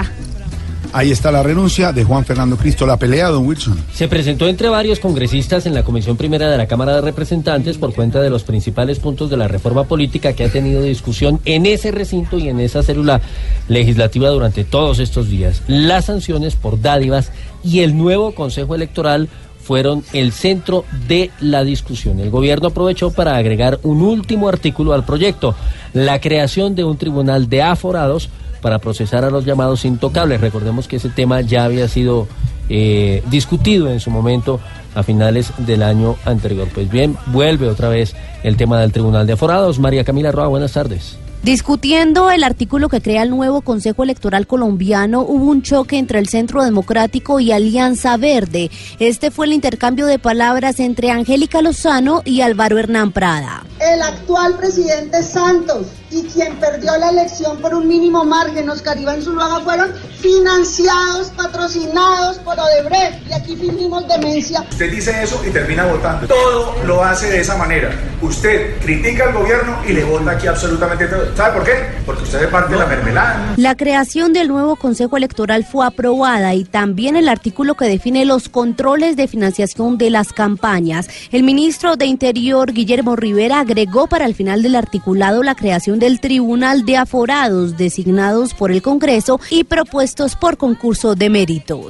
Ahí está la renuncia de Juan Fernando Cristo. La pelea, don Wilson. Se presentó entre varios congresistas en la Comisión Primera de la Cámara de Representantes por cuenta de los principales puntos de la reforma política que ha tenido discusión en ese recinto y en esa célula legislativa durante todos estos días. Las sanciones por dádivas y el nuevo Consejo Electoral fueron el centro de la discusión. El gobierno aprovechó para agregar un último artículo al proyecto, la creación de un tribunal de aforados para procesar a los llamados intocables. Recordemos que ese tema ya había sido eh, discutido en su momento a finales del año anterior. Pues bien, vuelve otra vez el tema del tribunal de aforados. María Camila Roa, buenas tardes. Discutiendo el artículo que crea el nuevo Consejo Electoral colombiano, hubo un choque entre el Centro Democrático y Alianza Verde. Este fue el intercambio de palabras entre Angélica Lozano y Álvaro Hernán Prada. El actual presidente Santos y quien perdió la elección por un mínimo margen, Oscar Iván Zuluaga, fueron financiados, patrocinados por Odebrecht, y aquí fingimos demencia. Usted dice eso y termina votando. Todo lo hace de esa manera. Usted critica al gobierno y le vota aquí absolutamente todo. ¿Sabe por qué? Porque usted es parte de la mermelada. La creación del nuevo Consejo Electoral fue aprobada y también el artículo que define los controles de financiación de las campañas. El ministro de Interior, Guillermo Rivera, agregó para el final del articulado la creación del Tribunal de Aforados designados por el Congreso y propuestos por concurso de méritos.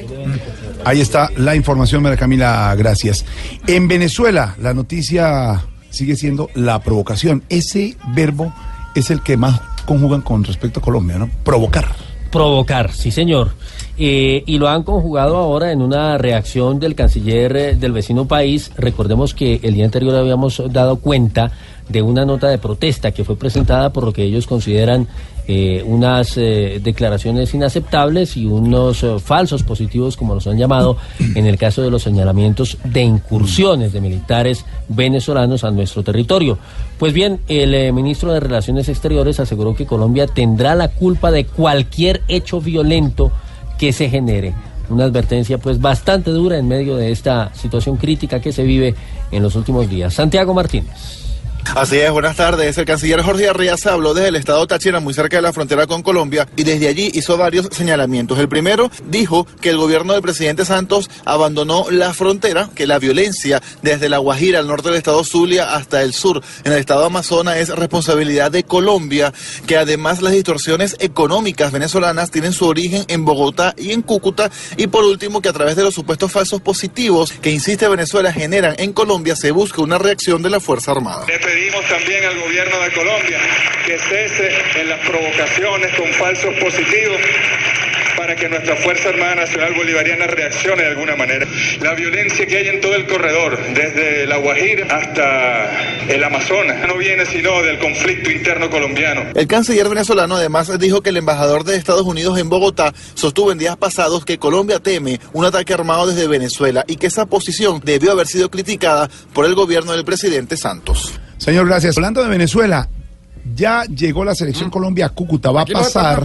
Ahí está la información, María Camila, gracias. En Venezuela, la noticia sigue siendo la provocación. Ese verbo es el que más conjugan con respecto a Colombia, ¿no? Provocar. Provocar, sí señor. Eh, y lo han conjugado ahora en una reacción del canciller eh, del vecino país. Recordemos que el día anterior habíamos dado cuenta de una nota de protesta que fue presentada por lo que ellos consideran eh, unas eh, declaraciones inaceptables y unos eh, falsos positivos, como los han llamado, en el caso de los señalamientos de incursiones de militares venezolanos a nuestro territorio. Pues bien, el eh, ministro de Relaciones Exteriores aseguró que Colombia tendrá la culpa de cualquier hecho violento que se genere. Una advertencia pues bastante dura en medio de esta situación crítica que se vive en los últimos días. Santiago Martínez. Así es, buenas tardes. El canciller Jorge Arriaza habló desde el estado Táchira, muy cerca de la frontera con Colombia, y desde allí hizo varios señalamientos. El primero dijo que el gobierno del presidente Santos abandonó la frontera, que la violencia desde La Guajira, al norte del estado Zulia, hasta el sur, en el estado Amazonas, es responsabilidad de Colombia, que además las distorsiones económicas venezolanas tienen su origen en Bogotá y en Cúcuta, y por último que a través de los supuestos falsos positivos que insiste Venezuela generan en Colombia, se busca una reacción de la Fuerza Armada. Pedimos también al gobierno de Colombia que cese en las provocaciones con falsos positivos para que nuestra Fuerza Armada Nacional Bolivariana reaccione de alguna manera. La violencia que hay en todo el corredor, desde La Guajira hasta el Amazonas, no viene sino del conflicto interno colombiano. El canciller venezolano además dijo que el embajador de Estados Unidos en Bogotá sostuvo en días pasados que Colombia teme un ataque armado desde Venezuela y que esa posición debió haber sido criticada por el gobierno del presidente Santos. Señor, gracias. Hablando de Venezuela, ya llegó la selección Colombia a Cúcuta. Va a pasar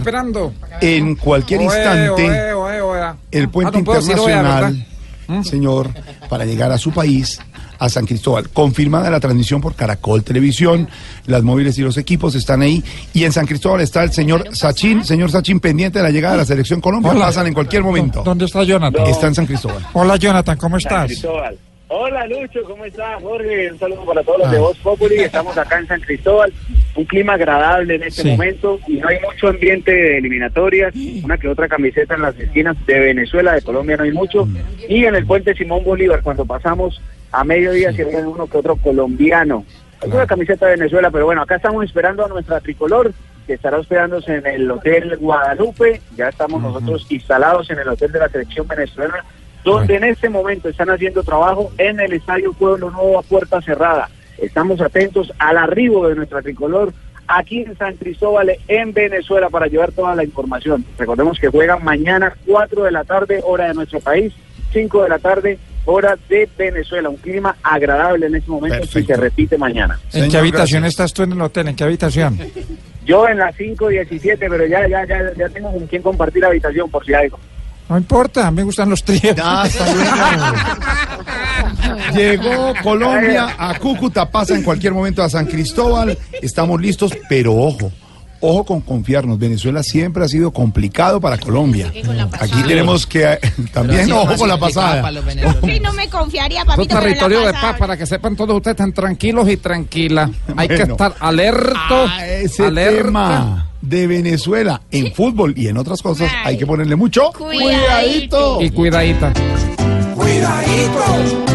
en cualquier instante el puente internacional, señor, para llegar a su país, a San Cristóbal. Confirmada la transmisión por Caracol Televisión, las móviles y los equipos están ahí. Y en San Cristóbal está el señor Sachin, señor Sachin, pendiente de la llegada de la selección Colombia. Hola. Pasan en cualquier momento. ¿Dónde está Jonathan? Está en San Cristóbal. Hola Jonathan, ¿cómo estás? San Cristóbal. Hola Lucho, ¿cómo estás, Jorge? Un saludo para todos los de Voz Populi. Estamos acá en San Cristóbal, un clima agradable en este sí. momento y no hay mucho ambiente de eliminatorias, una que otra camiseta en las esquinas de Venezuela, de Colombia no hay mucho, y en el puente Simón Bolívar cuando pasamos a mediodía sí. si hay uno que otro colombiano. Hay una camiseta de Venezuela, pero bueno, acá estamos esperando a nuestra tricolor, que estará hospedándose en el Hotel Guadalupe. Ya estamos uh-huh. nosotros instalados en el hotel de la selección venezolana donde en este momento están haciendo trabajo en el Estadio Pueblo Nuevo a puerta cerrada. Estamos atentos al arribo de nuestra tricolor aquí en San Cristóbal, en Venezuela, para llevar toda la información. Recordemos que juegan mañana cuatro de la tarde, hora de nuestro país, cinco de la tarde, hora de Venezuela. Un clima agradable en este momento. Perfecto. Y se repite mañana. ¿En qué habitación estás tú en el hotel? ¿En qué habitación? Yo en la cinco diecisiete, pero ya, ya, ya, ya tengo con quien compartir habitación, por si algo. No importa, me gustan los tríos. Ya, está bueno. Llegó Colombia a Cúcuta, pasa en cualquier momento a San Cristóbal. Estamos listos, pero ojo, ojo con confiarnos. Venezuela siempre ha sido complicado para Colombia. Aquí tenemos que también ojo con la pasada. Sí, no me confiaría, papito. Es un territorio de paz, para que sepan todos ustedes, están tranquilos y tranquilas. Hay que estar alerto. A ese alerta. tema de Venezuela en fútbol y en otras cosas hay que ponerle mucho cuidadito. Y cuidadita. Cuidadito.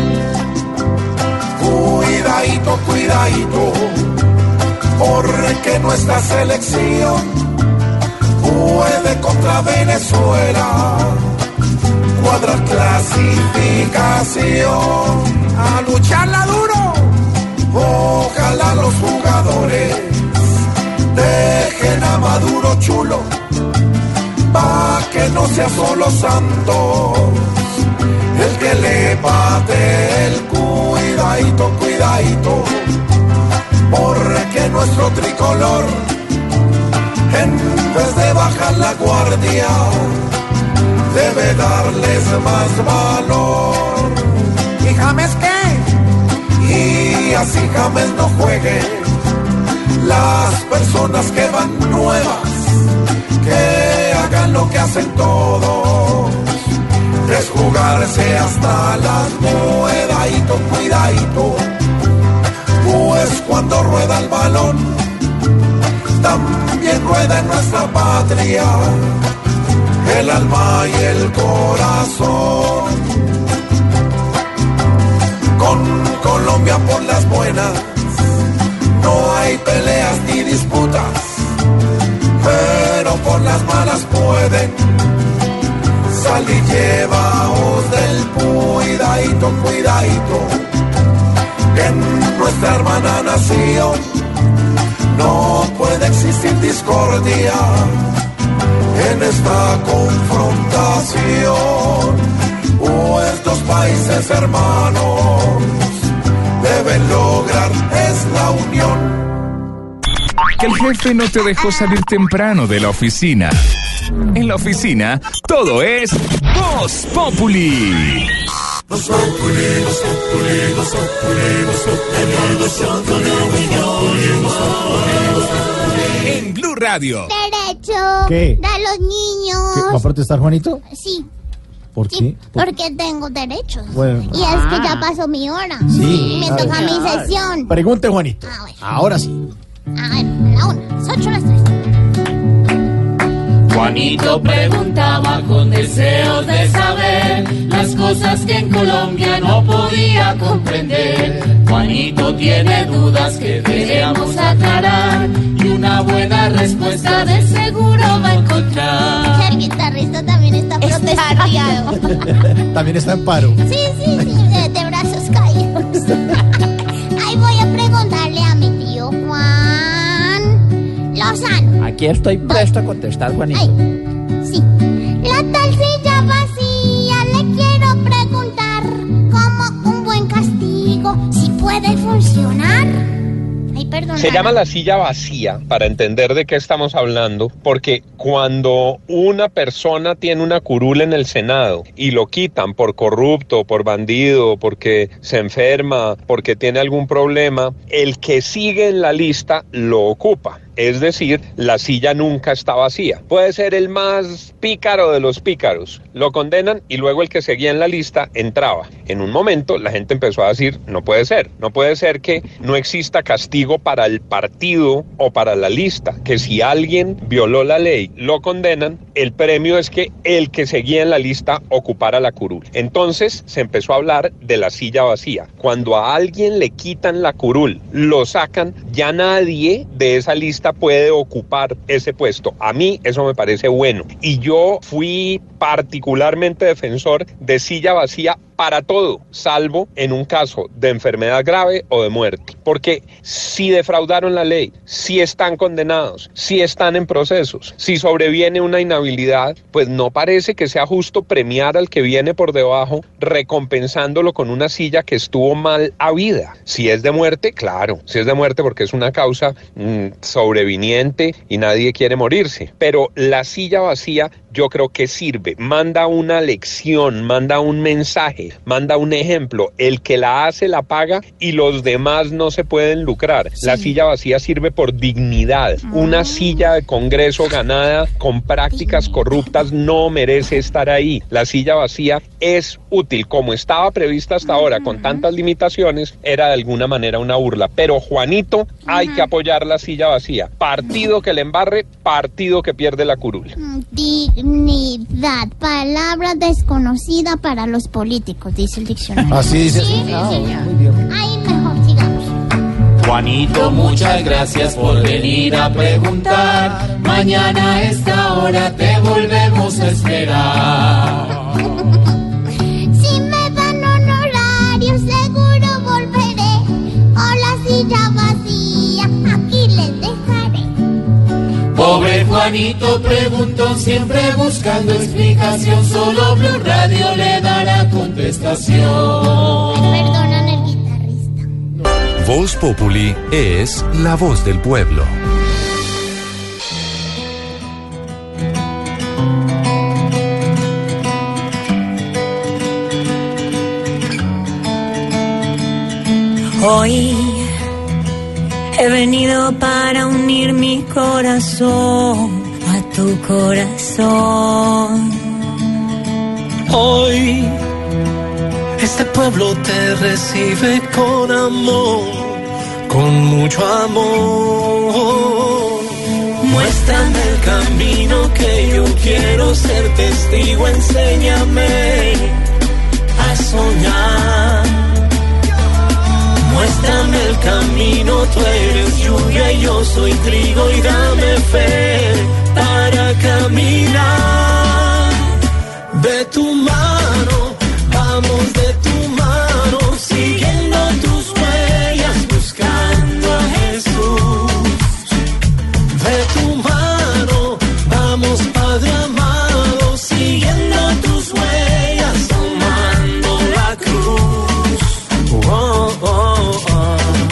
Cuidadito, cuidadito. Porque nuestra selección puede contra Venezuela cuadrar clasificación. A lucharla duro. Ojalá los jugadores dejen a Maduro chulo, pa' que no sea solo Santos el que le bate el cuidadito, cuidadito, porque nuestro tricolor, en vez de bajar la guardia, debe darles más valor. ¿Y James qué? Y así James no juegue. Las personas que van nuevas, que hagan lo que hacen todos, es jugarse hasta las cuidadito, cuidadito, pues cuando rueda el balón, también rueda en nuestra patria, el alma y el corazón. Con Colombia por las buenas, no hay peleas ni disputas, pero por las malas pueden salir llevados del cuidadito, cuidadito, que en nuestra hermana nación no puede existir discordia en esta confrontación, pues dos países hermanos deben lograr es la unión. Que el jefe no te dejó salir temprano de la oficina. En la oficina, todo es Voz Populi. Voz Populi, Voz Populi, Voz Populi, Voz Populi, Voz Populi, en Blue Radio. Derecho ¿Qué? de los niños. ¿Qué, ¿Va a protestar Juanito? Sí. ¿Por Sí, qué? ¿Por- porque tengo derechos. Bueno. Y es que ya pasó mi hora. Sí. Y me A toca ver. mi sesión. Pregunte, Juanito. Ah, bueno. Ahora sí. A ver, la una, las ocho, las tres. Juanito preguntaba con deseos de saber las cosas que en Colombia no podía comprender. Juanito tiene dudas que debemos aclarar y una buena respuesta de seguro va a encontrar. El guitarrista también está protestando. También está en paro. Sí, sí, sí, de, de brazos caídos. Ahí voy a preguntarle a mi tío Juan Lozano. Aquí estoy presto a contestar, Juanito. Sí, la tal silla vacía, le quiero preguntar, como un buen castigo, si puede funcionar. Ay, perdón. Se llama la silla vacía, para entender de qué estamos hablando, porque cuando una persona tiene una curul en el Senado y lo quitan por corrupto, por bandido, porque se enferma, porque tiene algún problema, el que sigue en la lista lo ocupa. Es decir, la silla nunca está vacía. Puede ser el más pícaro de los pícaros. Lo condenan y luego el que seguía en la lista entraba. En un momento la gente empezó a decir, no puede ser. No puede ser que no exista castigo para el partido o para la lista. Que si alguien violó la ley, lo condenan, el premio es que el que seguía en la lista ocupara la curul. Entonces se empezó a hablar de la silla vacía. Cuando a alguien le quitan la curul, lo sacan, ya nadie de esa lista ahorita puede ocupar ese puesto. A mí eso me parece bueno. Y yo fui particularmente defensor de silla vacía para todo, salvo en un caso de enfermedad grave o de muerte. Porque si defraudaron la ley, si están condenados, si están en procesos, si sobreviene una inhabilidad, pues no parece que sea justo premiar al que viene por debajo, recompensándolo con una silla que estuvo mal habida. Si es de muerte, claro, si es de muerte porque es una causa mmm, sobreviniente y nadie quiere morirse. Pero la silla vacía yo creo que sirve, manda una lección, manda un mensaje, manda un ejemplo. El que la hace la paga y los demás no se pueden lucrar. Sí. La silla vacía sirve por dignidad. Ah. Una silla de Congreso ganada con prácticas corruptas no merece estar ahí. La silla vacía es útil. Como estaba prevista hasta ahora, con tantas limitaciones, era de alguna manera una burla. Pero Juanito, hay que apoyar la silla vacía. Partido que le embarre, partido que pierde la curul. Dignidad, palabra desconocida para los políticos, dice el diccionario. Así dice. Sí, sí. Ah, muy bien. Ahí mejor sigamos. Juanito, muchas gracias por venir a preguntar. Mañana a esta hora te volvemos a esperar. Si me dan honorarios seguro volveré. O la silla vacía, aquí les dejaré. Pobre Juanito preguntó, siempre buscando explicación. Solo Blue Radio le dará contestación. Perdonan el guitarrista. Voz Populi es la voz del pueblo. Hoy he venido para unir mi corazón a tu corazón. Hoy este pueblo te recibe con amor, con mucho amor. Muéstrame el camino que yo quiero ser testigo, enséñame a soñar. Muéstrame el camino, tú eres lluvia y yo soy trigo, y dame fe para caminar. De tu mano, vamos de tu mano, siguiendo tus huellas, buscando a Jesús. De tu mano, vamos Padre amado, siguiendo tus huellas, tomando la cruz. Oh, oh, oh.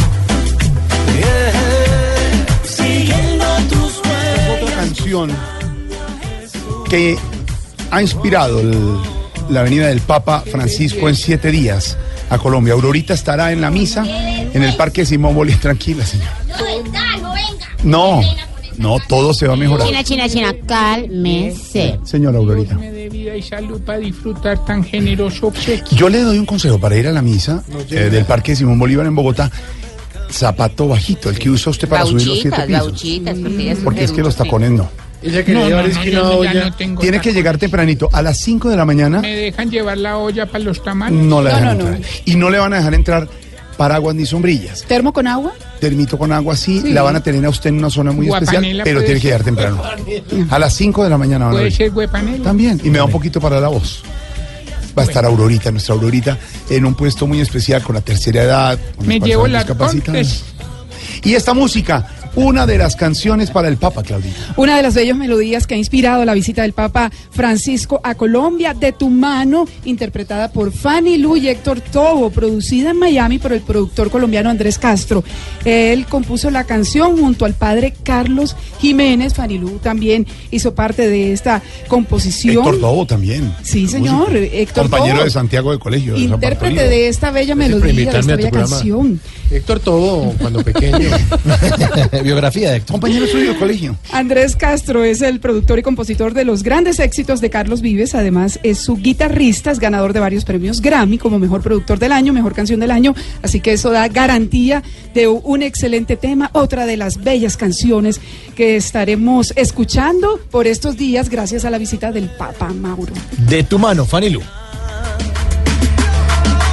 Yeah. Siguiendo tus huellas. Otra canción que ha inspirado el, la venida del Papa Francisco en siete días a Colombia. Aurorita estará en la misa en el Parque Simón Bolívar. Tranquila, señora. No venga, no venga. No, no, todo se va a mejorar. China, China, China, cálmese. Señora Aurorita. De vida y salud para disfrutar tan generoso obsequio. Yo le doy un consejo para ir a la misa eh, del Parque Simón Bolívar en Bogotá. Zapato bajito, el que usa usted para subir los siete pisos. Gauchitas, porque, es porque es que los tacones no. Ella quería no, llevar no, no, yo, yo no tengo Tiene que llegar tempranito. A las cinco de la mañana. ¿Me dejan llevar la olla para los tamales? No la No, dejan no, no. entrar. Y no le van a dejar entrar paraguas ni sombrillas. ¿Termo con agua? Termito con agua, sí, Sí. la van a tener a usted en una zona muy especial, Guapanela pero puede tiene que ser. llegar temprano. A las cinco de la mañana van a Puede venir. ser huepanela. También, y me da un poquito para la voz. Va a estar Aurorita, nuestra Aurorita, en un puesto muy especial con la tercera edad, con Me las llevo personas la discapacitadas. Y esta música, una de las canciones para el Papa, Claudita. Una de las bellas melodías que ha inspirado la visita del Papa Francisco a Colombia, De tu mano, interpretada por Fanny Lu y Héctor Tobo, producida en Miami por el productor colombiano Andrés Castro. Él compuso la canción junto al padre Carlos Jiménez. Fanny Lu también hizo parte de esta composición. Héctor Tobo también. Sí, señor, Músico. Héctor Compañero Tobo. de Santiago de Colegio. de San Intérprete Bartolomé. de esta bella Gracias por melodía, de invitarme esta a tu bella programa. canción. Héctor Tobo, cuando pequeño. Biografía de Héctor. Compañero suyo de colegio. Andrés Castro es el productor y compositor de los grandes éxitos de Carlos Vives. Además, es su guitarrista, es ganador de varios premios Grammy como mejor productor del año, mejor canción del año. Así que eso da garantía de un excelente tema. Otra de las bellas canciones que estaremos escuchando por estos días gracias a la visita del Papa Mauro. De tu mano, Fanny Lu.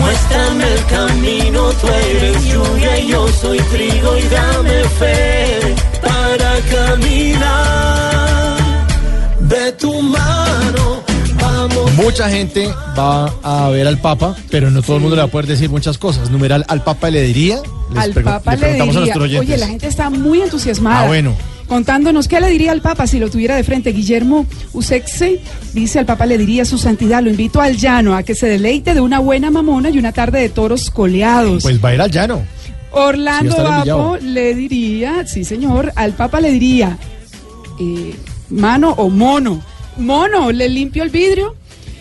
Muéstrame el camino, tú eres lluvia y yo soy trigo y dame fe para caminar de tu mano. Vamos. Mucha gente va a ver al Papa, pero no todo el mundo le va a poder decir muchas cosas. Numeral, ¿al Papa le diría? Les Al pregu- Papa le preguntamos a diría, nuestros oyentes. oye, la gente está muy entusiasmada. Ah, bueno. Contándonos qué le diría al Papa si lo tuviera de frente. Guillermo Usexe dice: al Papa le diría: su santidad, lo invito al llano a que se deleite de una buena mamona y una tarde de toros coleados. Pues va a ir al llano. Orlando Sí, está Vapo humillado. le diría, sí señor, al Papa le diría, eh, mano o mono. Mono, le limpio el vidrio.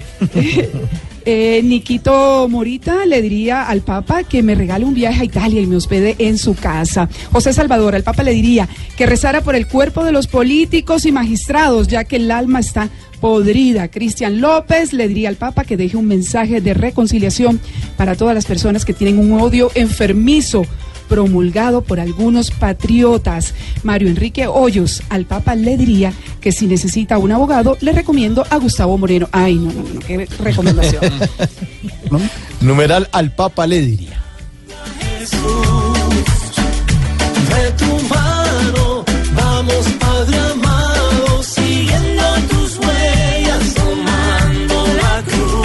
Eh, Niquito Morita le diría al Papa que me regale un viaje a Italia y me hospede en su casa. José Salvador, al Papa le diría que rezara por el cuerpo de los políticos y magistrados, ya que el alma está podrida. Cristian López le diría al Papa que deje un mensaje de reconciliación para todas las personas que tienen un odio enfermizo promulgado por algunos patriotas. Mario Enrique Hoyos, al Papa le diría que si necesita un abogado, le recomiendo a Gustavo Moreno. Ay, no, no, no, qué recomendación. ¿No? Numeral, al Papa le diría. De tu mano, vamos Padre amado, siguiendo tus huellas, tomando la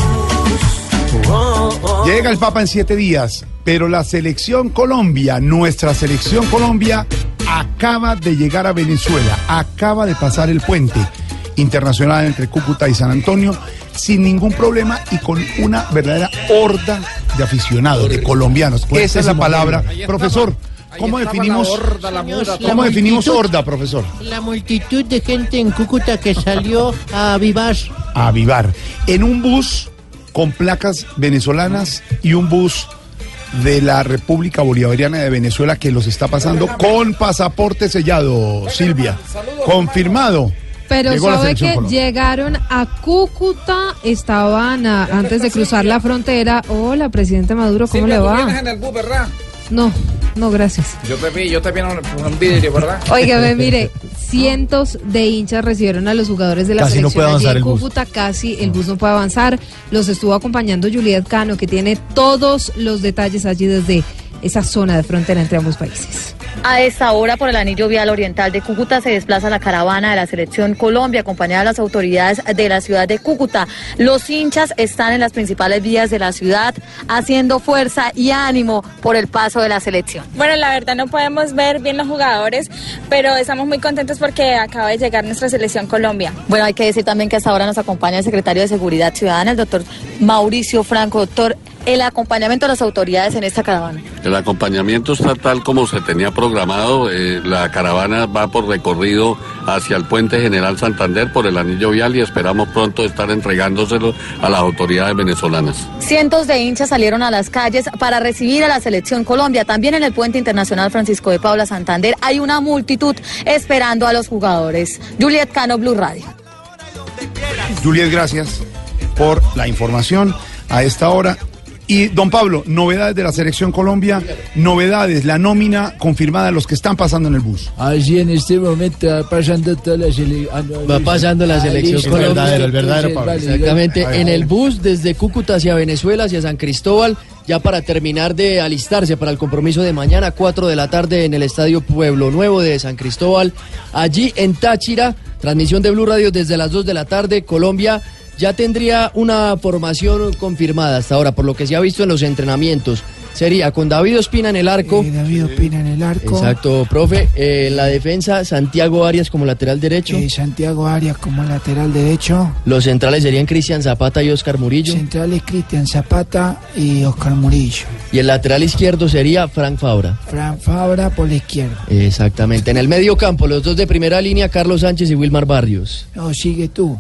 cruz. Oh, oh. Llega el Papa en siete días, pero la selección Colombia, nuestra selección Colombia, acaba de llegar a Venezuela, acaba de pasar el puente internacional entre Cúcuta y San Antonio sin ningún problema y con una verdadera horda de aficionados, de colombianos. Esa es la palabra. Profesor, ¿cómo definimos, horda, la muda, ¿cómo la definimos multitud. horda, profesor? La multitud de gente en Cúcuta que salió a avivar. A avivar. En un bus con placas venezolanas y un bus de la República Bolivariana de Venezuela que los está pasando con pasaporte sellado, Silvia. Confirmado. Pero Llegó la sabe selección que Colombia. llegaron a Cúcuta, estaban a- antes de cruzar la frontera. Hola, presidente Maduro, ¿cómo le va? en el bus, ¿verdad? No, no, gracias. Yo te vi, yo te vi en un, un vidrio, ¿verdad? Óigame, mire, cientos de hinchas recibieron a los jugadores de la Casi no selección puede allí avanzar en el bus. Cúcuta, casi el bus no puede avanzar. Los estuvo acompañando Juliet Cano, que tiene todos los detalles allí desde esa zona de frontera entre ambos países. A esta hora, por el anillo vial oriental de Cúcuta, se desplaza la caravana de la Selección Colombia, acompañada de las autoridades de la ciudad de Cúcuta. Los hinchas están en las principales vías de la ciudad, haciendo fuerza y ánimo por el paso de la selección. Bueno, la verdad no podemos ver bien los jugadores, pero estamos muy contentos porque acaba de llegar nuestra Selección Colombia. Bueno, hay que decir también que hasta ahora nos acompaña el secretario de Seguridad Ciudadana, el doctor Mauricio Franco. Doctor, el acompañamiento de las autoridades en esta caravana. El acompañamiento está tal como se tenía programado. Eh, la caravana va por recorrido hacia el Puente General Santander por el anillo vial y esperamos pronto estar entregándoselo a las autoridades venezolanas. Cientos de hinchas salieron a las calles para recibir a la Selección Colombia. También en el Puente Internacional Francisco de Paula Santander hay una multitud esperando a los jugadores. Juliet Cano, Blue Radio. Juliet, gracias por la información a esta hora. Y don Pablo, novedades de la Selección Colombia, novedades, la nómina confirmada de los que están pasando en el bus. Allí en este momento va pasando toda la selección. Va pasando la selección Colombia. El verdadero, el verdadero, Pablo. Exactamente, en el bus desde Cúcuta hacia Venezuela, hacia San Cristóbal, ya para terminar de alistarse para el compromiso de mañana, cuatro de la tarde en el Estadio Pueblo Nuevo de San Cristóbal. Allí en Táchira, transmisión de Blue Radio desde las dos de la tarde, Colombia ya tendría una formación confirmada hasta ahora, por lo que se ha visto en los entrenamientos. Sería con David Ospina en el arco. Eh, David Ospina en el arco. Exacto, profe. Eh, en la defensa, Santiago Arias como lateral derecho. Eh, Santiago Arias como lateral derecho. Los centrales serían Cristian Zapata y Oscar Murillo. Centrales Cristian Zapata y Oscar Murillo. Y el lateral izquierdo sería Frank Fabra. Fran Fabra por la izquierda. Exactamente. En el medio campo, los dos de primera línea, Carlos Sánchez y Wilmar Barrios. No, sigue tú.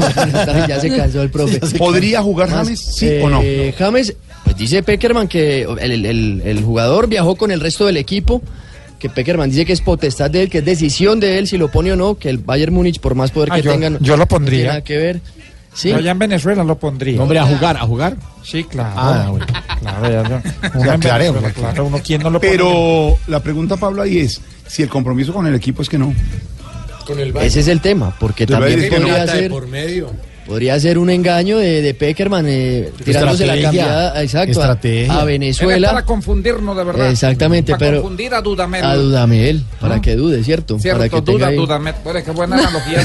Ya se cansó el profe. ¿Podría jugar James, sí eh, o no? James, pues dice Peckerman que el, el, el jugador viajó con el resto del equipo, que Peckerman dice que es potestad de él, que es decisión de él si lo pone o no, que el Bayern Múnich, por más poder Ah, que yo- tengan, yo lo pondría. no tiene nada que ver. Sí. Allá en Venezuela lo pondría. Hombre, a jugar, a jugar. Sí, claro. Ah, bueno. Claro, ya, ya. Uno Ya en aclaré, Venezuela, aclaré. claro, uno quién no lo pone. Pero la pregunta, Pablo, ahí es, si el compromiso con el equipo es que no. Ese es el tema, porque Del también Bayern es que no. podría Plata de ser... por medio. Podría ser un engaño de, de Peckerman, eh, tirándose la cambiada exacto, estrategia. a Venezuela. Es para confundirnos, de verdad. Exactamente, para pero. confundir a Dudamel. A Dudamel, para ¿no? que dude, ¿cierto? Cierto, para que duda, ahí... Dudamel. Bueno, qué buena analogía.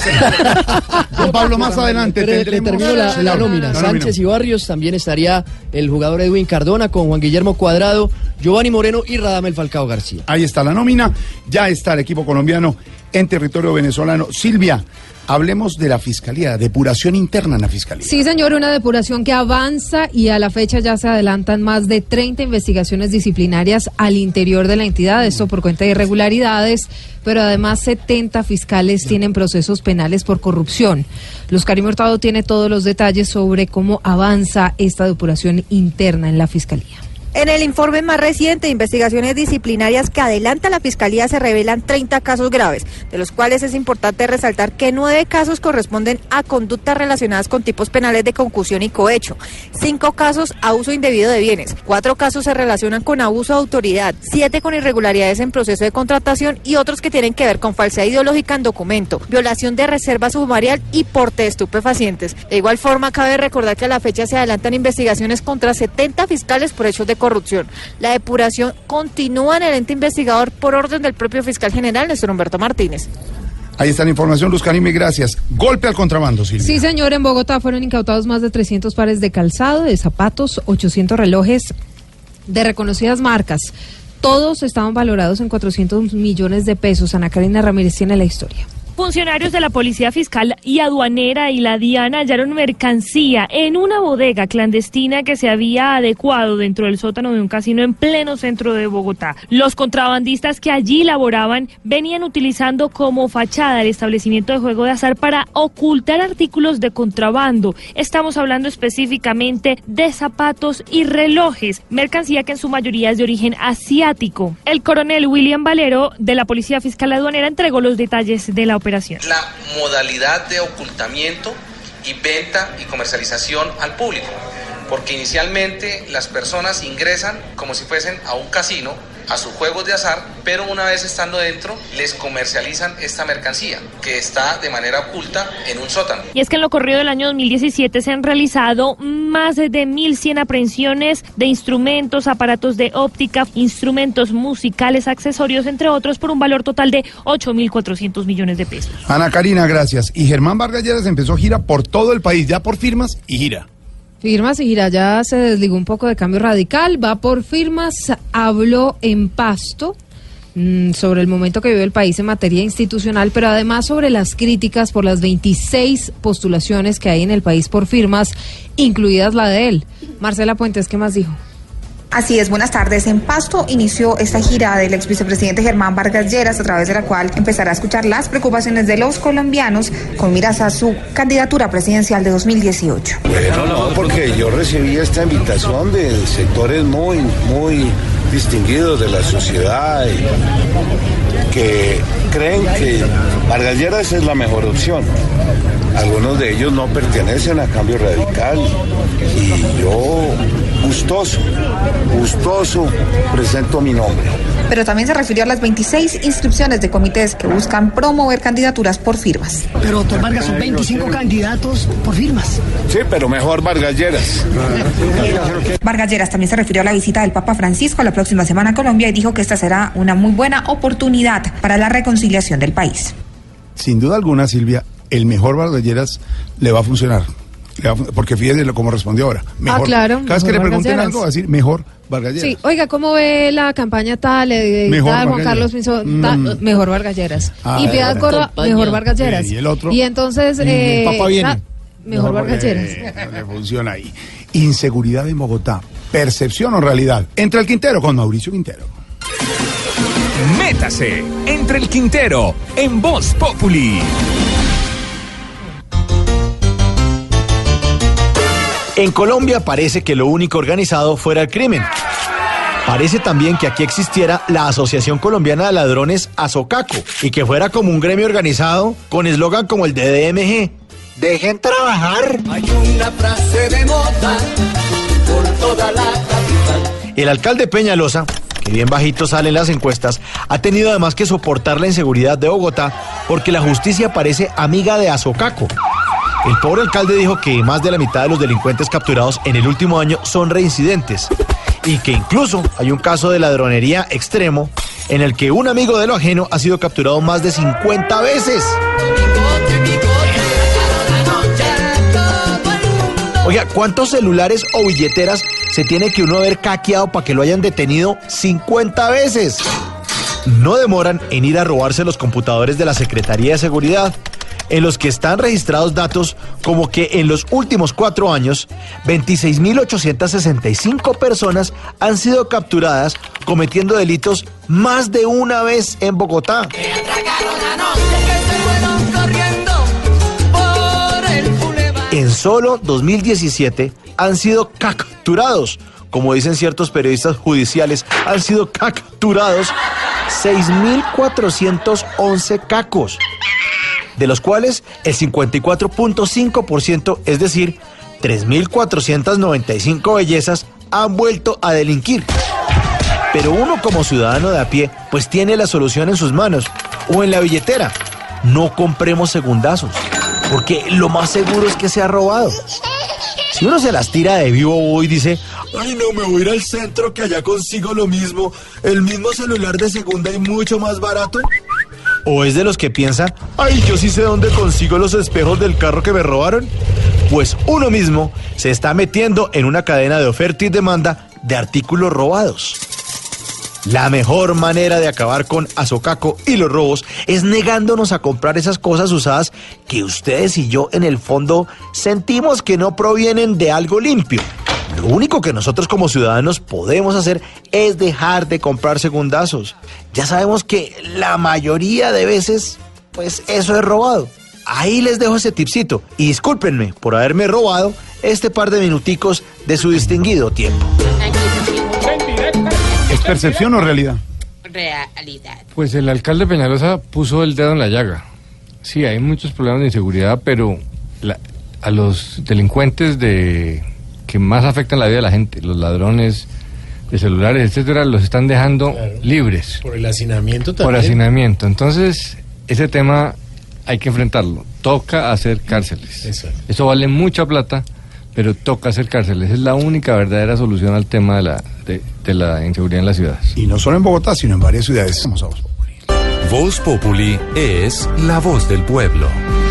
Juan Pablo, más adelante. Le, le termino la, la nómina. La Sánchez nómina. Y Barrios, también estaría el jugador Edwin Cardona con Juan Guillermo Cuadrado, Giovanni Moreno y Radamel Falcao García. Ahí está la nómina, ya está el equipo colombiano en territorio venezolano. Silvia, hablemos de la Fiscalía, depuración interna en la Fiscalía. Sí, señor, una depuración que avanza y a la fecha ya se adelantan más de treinta investigaciones disciplinarias al interior de la entidad, esto por cuenta de irregularidades, pero además setenta fiscales tienen procesos penales por corrupción. Luz Karim Hurtado tiene todos los detalles sobre cómo avanza esta depuración interna en la Fiscalía. En el informe más reciente de investigaciones disciplinarias que adelanta la Fiscalía se revelan treinta casos graves, de los cuales es importante resaltar que nueve casos corresponden a conductas relacionadas con tipos penales de concusión y cohecho, cinco casos a uso indebido de bienes, cuatro casos se relacionan con abuso de autoridad, siete con irregularidades en proceso de contratación y otros que tienen que ver con falsedad ideológica en documento, violación de reserva sumarial y porte de estupefacientes. De igual forma, cabe recordar que a la fecha se adelantan investigaciones contra setenta fiscales por hechos de corrupción. La depuración continúa en el ente investigador por orden del propio fiscal general, Néstor Humberto Martínez. Ahí está la información, Luz Karime, gracias. Golpe al contrabando, Silvia. Sí, señor, en Bogotá fueron incautados más de trescientos pares de calzado, de zapatos, ochocientos relojes de reconocidas marcas. Todos estaban valorados en cuatrocientos millones de pesos. Ana Karina Ramírez tiene la historia. Funcionarios de la Policía Fiscal y Aduanera y la DIAN hallaron mercancía en una bodega clandestina que se había adecuado dentro del sótano de un casino en pleno centro de Bogotá. Los contrabandistas que allí laboraban venían utilizando como fachada el establecimiento de juego de azar para ocultar artículos de contrabando. Estamos hablando específicamente de zapatos y relojes, mercancía que en su mayoría es de origen asiático. El coronel William Valero de la Policía Fiscal Aduanera entregó los detalles de la operación. La modalidad de ocultamiento y venta y comercialización al público, porque inicialmente las personas ingresan como si fuesen a un casino, a sus juegos de azar, pero una vez estando dentro les comercializan esta mercancía que está de manera oculta en un sótano. Y es que en lo corrido del año dos mil diecisiete se han realizado más de mil cien aprehensiones de instrumentos, aparatos de óptica, instrumentos musicales, accesorios, entre otros, por un valor total de ocho mil cuatrocientos millones de pesos. Ana Karina, gracias. Y Germán Vargas Lleras empezó gira por todo el país, ya por firmas y gira. Firmas y gira, ya se desligó un poco de Cambio Radical, va por firmas, habló en Pasto mmm, sobre el momento que vive el país en materia institucional, pero además sobre las críticas por las veintiséis postulaciones que hay en el país por firmas, incluidas la de él. Marcela Puentes, ¿qué más dijo? Así es, buenas tardes. En Pasto inició esta gira del ex vicepresidente Germán Vargas Lleras, a través de la cual empezará a escuchar las preocupaciones de los colombianos con miras a su candidatura presidencial de dos mil dieciocho. Bueno, no, porque yo recibí esta invitación de sectores muy, muy distinguidos de la sociedad y que creen que Vargas Lleras es la mejor opción. Algunos de ellos no pertenecen a Cambio Radical y yo, gustoso, gustoso, presento mi nombre. Pero también se refirió a las veintiséis inscripciones de comités que buscan promover candidaturas por firmas. Pero, doctor Vargas, son veinticinco candidatos por firmas. Sí, pero mejor Vargas Lleras. Vargas Lleras también se refirió a la visita del Papa Francisco la próxima semana a Colombia y dijo que esta será una muy buena oportunidad para la reconciliación del país. Sin duda alguna, Silvia, el mejor Vargas Lleras le va a funcionar. Le va a, porque fíjese cómo respondió ahora. Mejor. Ah, claro. Cada vez que le pregunten algo, va a decir mejor Vargas Lleras. Sí, oiga, ¿cómo ve la campaña tal, de, de tal Juan Carlos Pinzón? Mm. Mejor Vargas Lleras. Ah, y Piedad Córdoba, mejor Vargas Lleras. Y el otro. Y entonces. Y eh, el Papa viene. Ah, mejor no, Vargas Lleras. Eh, le funciona ahí. Inseguridad en Bogotá. ¿Percepción o realidad? Entre el Quintero con Mauricio Quintero. Métase entre el Quintero en Voz Populi. En Colombia parece que lo único organizado fuera el crimen. Parece también que aquí existiera la Asociación Colombiana de Ladrones Azocaco y que fuera como un gremio organizado con eslogan como el de D M G. ¡Dejen trabajar! Hay una frase de moda por toda la capital. El alcalde Peñalosa, que bien bajito sale en las encuestas, ha tenido además que soportar la inseguridad de Bogotá porque la justicia parece amiga de Azocaco. El pobre alcalde dijo que más de la mitad de los delincuentes capturados en el último año son reincidentes y que incluso hay un caso de ladronería extremo en el que un amigo de lo ajeno ha sido capturado más de cincuenta veces. Oiga, ¿cuántos celulares o billeteras se tiene que uno haber caqueado para que lo hayan detenido cincuenta veces? No demoran en ir a robarse los computadores de la Secretaría de Seguridad, en los que están registrados datos como que en los últimos cuatro años, veintiséis mil ochocientas sesenta y cinco personas han sido capturadas cometiendo delitos más de una vez en Bogotá. En solo dos mil diecisiete han sido capturados, como dicen ciertos periodistas judiciales, han sido capturados seis mil cuatrocientos once cacos, de los cuales el cincuenta y cuatro punto cinco por ciento, es decir, tres mil cuatrocientas noventa y cinco bellezas, han vuelto a delinquir. Pero uno como ciudadano de a pie, pues tiene la solución en sus manos o en la billetera. No compremos segundazos, porque lo más seguro es que sea robado. Si uno se las tira de vivo y dice, ay no, me voy a ir al centro que allá consigo lo mismo, el mismo celular de segunda y mucho más barato. O es de los que piensa, ay, yo sí sé dónde consigo los espejos del carro que me robaron. Pues uno mismo se está metiendo en una cadena de oferta y demanda de artículos robados. La mejor manera de acabar con Azocaco y los robos es negándonos a comprar esas cosas usadas que ustedes y yo en el fondo sentimos que no provienen de algo limpio. Lo único que nosotros como ciudadanos podemos hacer es dejar de comprar segundazos. Ya sabemos que la mayoría de veces, pues eso es robado. Ahí les dejo ese tipcito y discúlpenme por haberme robado este par de minuticos de su distinguido tiempo. ¿Es percepción o realidad? Realidad. Pues el alcalde Peñalosa puso el dedo en la llaga. Sí, hay muchos problemas de inseguridad, pero la, a los delincuentes de que más afectan la vida de la gente, los ladrones de celulares, etcétera, los están dejando claro, libres. Por el hacinamiento también. Por hacinamiento. Entonces, ese tema hay que enfrentarlo. Toca hacer cárceles. Exacto. Eso vale mucha plata, pero toca hacer cárceles. Es la única verdadera solución al tema de la, de, de la inseguridad en las ciudades. Y no solo en Bogotá, sino en varias ciudades. Vamos a Voz Populi. Voz Populi es la voz del pueblo.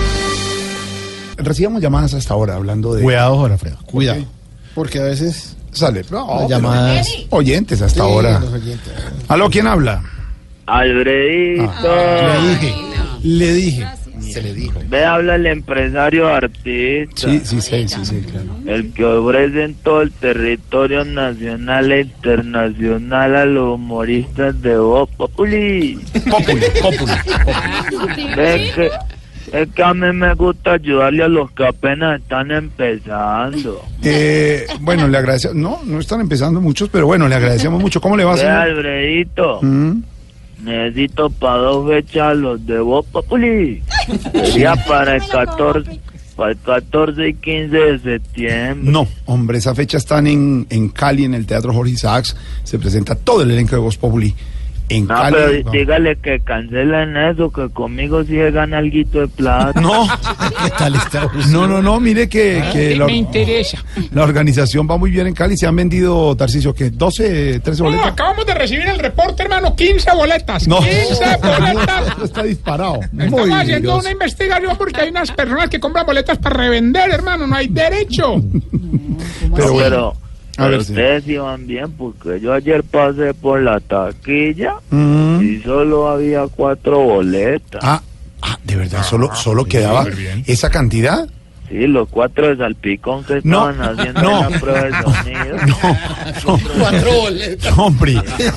Recibamos llamadas hasta ahora hablando de... Cuidado, Jorge Alfredo. Cuidado. Okay. Porque a veces... Sale, no, llamadas... Oyentes hasta sí, ahora. Oyentes. ¿Aló, quién habla? Alfredito. Ah, le dije, le dije. Se le dijo. Ve, habla el empresario artista. Sí, sí, sí, sí, sí, claro. El que ofrece en todo el territorio nacional e internacional a los humoristas de Voz Populi. Populi, Populi, Populi. Ve que, es que a mí me gusta ayudarle a los que apenas están empezando. Eh, bueno, le agradecemos. No, no están empezando muchos, pero bueno, le agradecemos mucho. ¿Cómo le va a hacer? Ve, Alfredito. ¿Mm? Necesito para dos fechas los de Voz Populi. Sería para el catorce, para el catorce y quince de septiembre. No, hombre, esa fecha están en, en Cali, en el Teatro Jorge Isaacs. Se presenta todo el elenco de Voz Populi en no, Cali. Pero no. Dígale que cancelen eso, que conmigo sí gana alguito de plata. No, ¿qué tal está? No, no, no, mire que, ah, que la, me interesa. La organización va muy bien en Cali. Se han vendido, Tarcisio, ¿qué? doce, trece boletas. No, acabamos de recibir el reporte, hermano, quince boletas. No, quince boletas. Está disparado. Estamos muy haciendo Dios. Una investigación porque hay unas personas que compran boletas para revender, hermano, no hay derecho. Pero bueno. A ver, ustedes sí. Iban bien, porque yo ayer pasé por la taquilla mm. y solo había cuatro boletas. Ah, ah ¿de verdad? Ah, ¿Solo, solo quedaba esa cantidad? Sí, los cuatro de salpicón que no, estaban haciendo no, la prueba de sonido. No, no, cuatro boletas. No, hombre.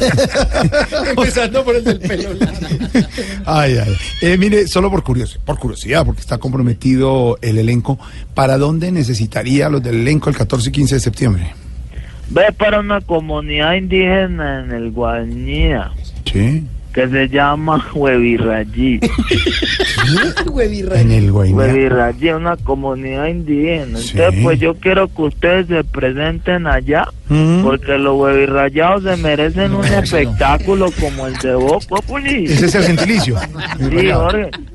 Empezando por el del pelo. Ay, ay. Eh, mire, solo por curiosidad, por curiosidad, porque está comprometido el elenco. ¿Para dónde necesitaría los del elenco el catorce y quince de septiembre? Ve para una comunidad indígena en el Guañía. Sí. Que se llama Huevirrayí. Huevirrayí. En el Guañía. Huevirrayí, una comunidad indígena. Sí. Entonces, pues yo quiero que ustedes se presenten allá, mm. porque los huevirrayados se merecen un espectáculo como el de Voz Populi. Ese es el gentilicio. Sí, Jorge.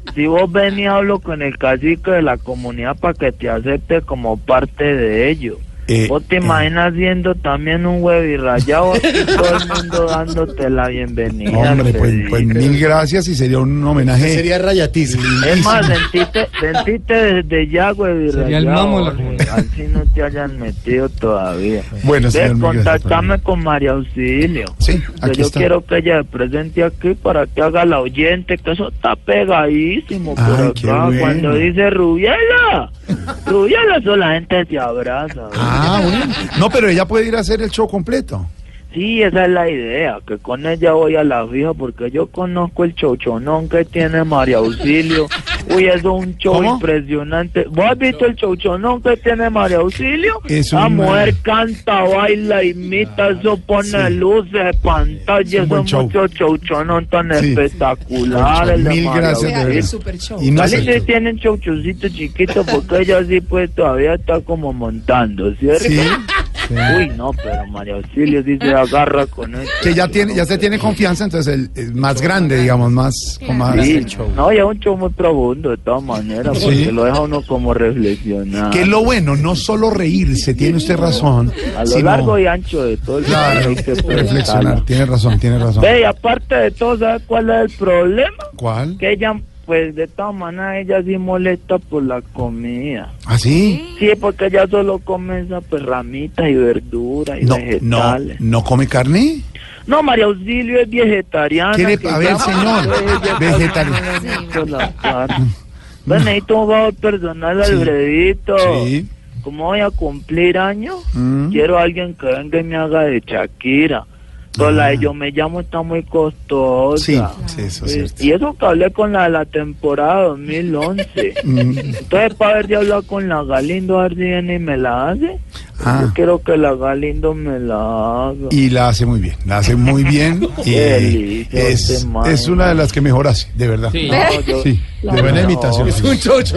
si vos ven y hablo con el cacique de la comunidad para que te acepte como parte de ello. Eh, ¿Vos te imaginas viendo también un huevo rayado aquí, todo el mundo dándote la bienvenida? Hombre, pues, pues mil gracias y sería un homenaje. Sería rayatísimo. Es más, sentite, sentite desde ya, huevo Sería el rayado, mamo de la hombre, así no te hayan metido todavía. Bueno, Ve, señor, mil gracias, contactame con María Auxilio. Sí, Que aquí yo está. quiero que ella se presente aquí para que haga la oyente, que eso está pegadísimo por Ay, qué acá. bueno. Cuando dice Rubiela, Rubiela, eso la gente se abraza. Ah, bueno. No, pero ella puede ir a hacer el show completo. Sí, esa es la idea, que con ella voy a la fija, porque yo conozco el chouchonón que tiene María Auxilio. Uy, eso es un show ¿Cómo? impresionante. ¿Vos has visto el chouchonón que tiene María Auxilio? Es La un- mujer canta, baila, imita, eso pone sí. luces, pantalla, Es un eso buen es show. mucho chouchonón tan Sí. espectacular. El de Mil María gracias, de Auxilio. verdad. Super show. Y no Cali hace- sí tienen chouchoncito chiquito porque ella sí pues todavía está como montando, ¿cierto? Sí. Uy, no, pero María Auxilio sí se agarra con eso. Que ya tiene, ya se tiene confianza, entonces el, el más grande, digamos, más, con más. Sí, no, ya es un show muy profundo de todas maneras, Sí. porque lo deja uno como reflexionar. Que es lo bueno, no solo reírse, tiene usted razón. A lo sino- largo y ancho de todo el Claro, hay que reflexionar, pensarlo. tiene razón, tiene razón. Ve, y aparte de todo, ¿sabes cuál es el problema? ¿Cuál? Que ella, pues de todas maneras, ella sí molesta por la comida. ¿Ah, sí? Sí, porque ella solo come esas pues, ramitas y verduras y No, no, vegetales. ¿no come carne? No, María Auxilio es vegetariana. ¿Qué le- que a ver, ya- señor, Ella vegetariana. casi no le gusta la carne. Bueno, necesito un favor personal, Sí. Alfredito. Sí. Como voy a cumplir años, Mm. quiero a alguien que venga y me haga de Shakira. Pero la de Yo Me Llamo está muy costosa. Sí, sí, eso es Sí, cierto. Y eso que hablé con la de la temporada dos mil once. Mm. Entonces, para ver si hablar con la Galindo, a ver si viene y me la hace. Ah. Yo quiero que la Galindo me la haga. Y la hace muy bien, la hace muy bien. Y Qué delicia es, este man. es una de las que mejor hace, de verdad. Sí. No, yo- Sí, la de buena mejor. imitación. Es un chocho.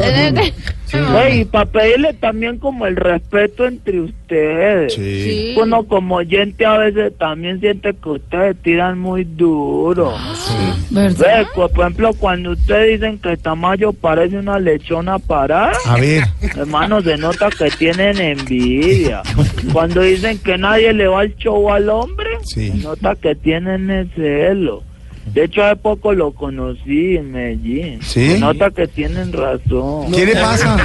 Oye, y para pedirle también como el respeto entre ustedes. Sí. Uno como oyente a veces también siente que ustedes tiran muy duro. ¿Verdad? Ve, cu- por ejemplo, cuando ustedes dicen que Tamayo parece una lechona parada, A ver, hermano, se nota que tienen envidia. Cuando dicen que nadie le va el show al hombre, Sí. se nota que tienen ese celo. De hecho, hace poco lo conocí en Medellín. ¿Sí? Se nota que tienen razón. ¿qué le pasa?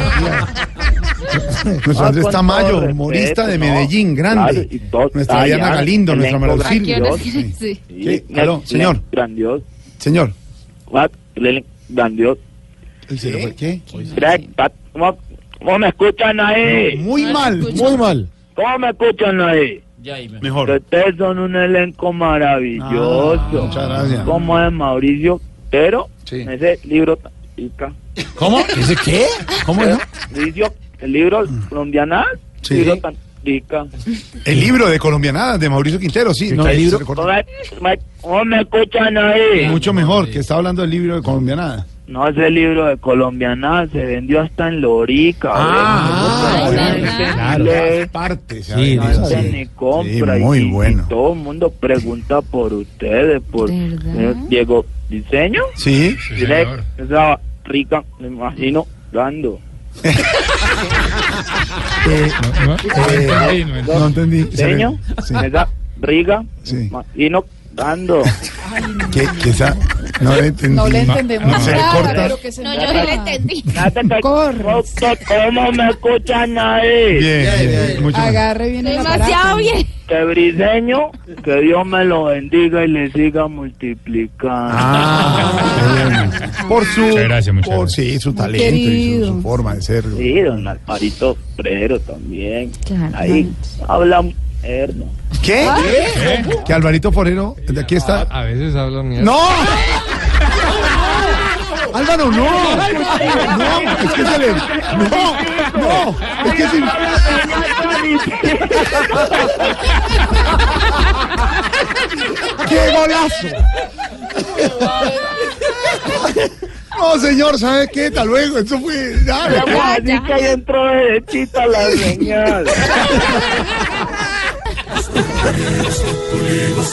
Nuestro Ah, Andrés con Tamayo, todo humorista respeto, de no, Medellín, claro, grande. y todo- Nuestra ah, Diana ya, Galindo, nuestra elenco María Auxilio. grandioso. Sí. ¿Qué? Sí, Aló, le- señor. Grandioso. Señor. What? Le- Grandioso. ¿Se le fue? ¿Qué? Greg, pat- ¿Cómo, cómo me escuchan ahí? Muy mal, Muy mal. ¿Cómo me escuchan ahí? Que mejor. ustedes son un elenco maravilloso. Ah, muchas gracias. Como es Mauricio Pero, Sí. ese libro tan rica. ¿Cómo? ¿Ese qué? ¿Cómo es? Mauricio, el libro colombiana, Sí. libro tan rica. El libro de Colombianadas de Mauricio Quintero, sí. No, ¿Qué el libro? libro? ¿Cómo me- me- ¿Cómo me escuchan ahí? Mucho mejor, que está hablando del libro de Colombianadas. No, ese libro de colombiana se vendió hasta en Lorica. Ah, ¿ves? claro, Le- parte. Sí, la dice gente así. ni compra Sí, muy y, y bueno. todo el mundo pregunta por ustedes, por ¿Verdad? eh, Diego Diseño. Sí. Direct, esa rica, me imagino, dando. Eh, eh, no entendí. Se le- Diseño, sí. esa rica, Sí. me imagino, dando. Que, que esa, no le entendí. No le entendemos No, se le nada, corta. pero que se No, entienda. yo no le entendí. Corre. ¿Cómo me escuchan ahí? Bien, bien, mucho mejor. Agarre bien el Demasiado aparato. bien. Que Briseño, que Dios me lo bendiga y le siga multiplicando. Ah, qué bueno. Por su, Muchas gracias, muchas por, gracias. sí, su talento y su, querido. su forma de ser. Sí, don Alvarito Frero también. Claro. Ahí habla mierda. ¿Qué? Que Alvarito Forero, de aquí está. A veces hablo mierda. ¡No! Álvaro, no. No, es que se le. No, no. Es que si. ¡Qué golazo! No, señor, ¿sabe qué? Hasta luego. Eso fue. Dale. Vamos a decir que ahí entró derechita la señal.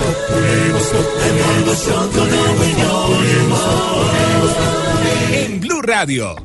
En Blue Radio.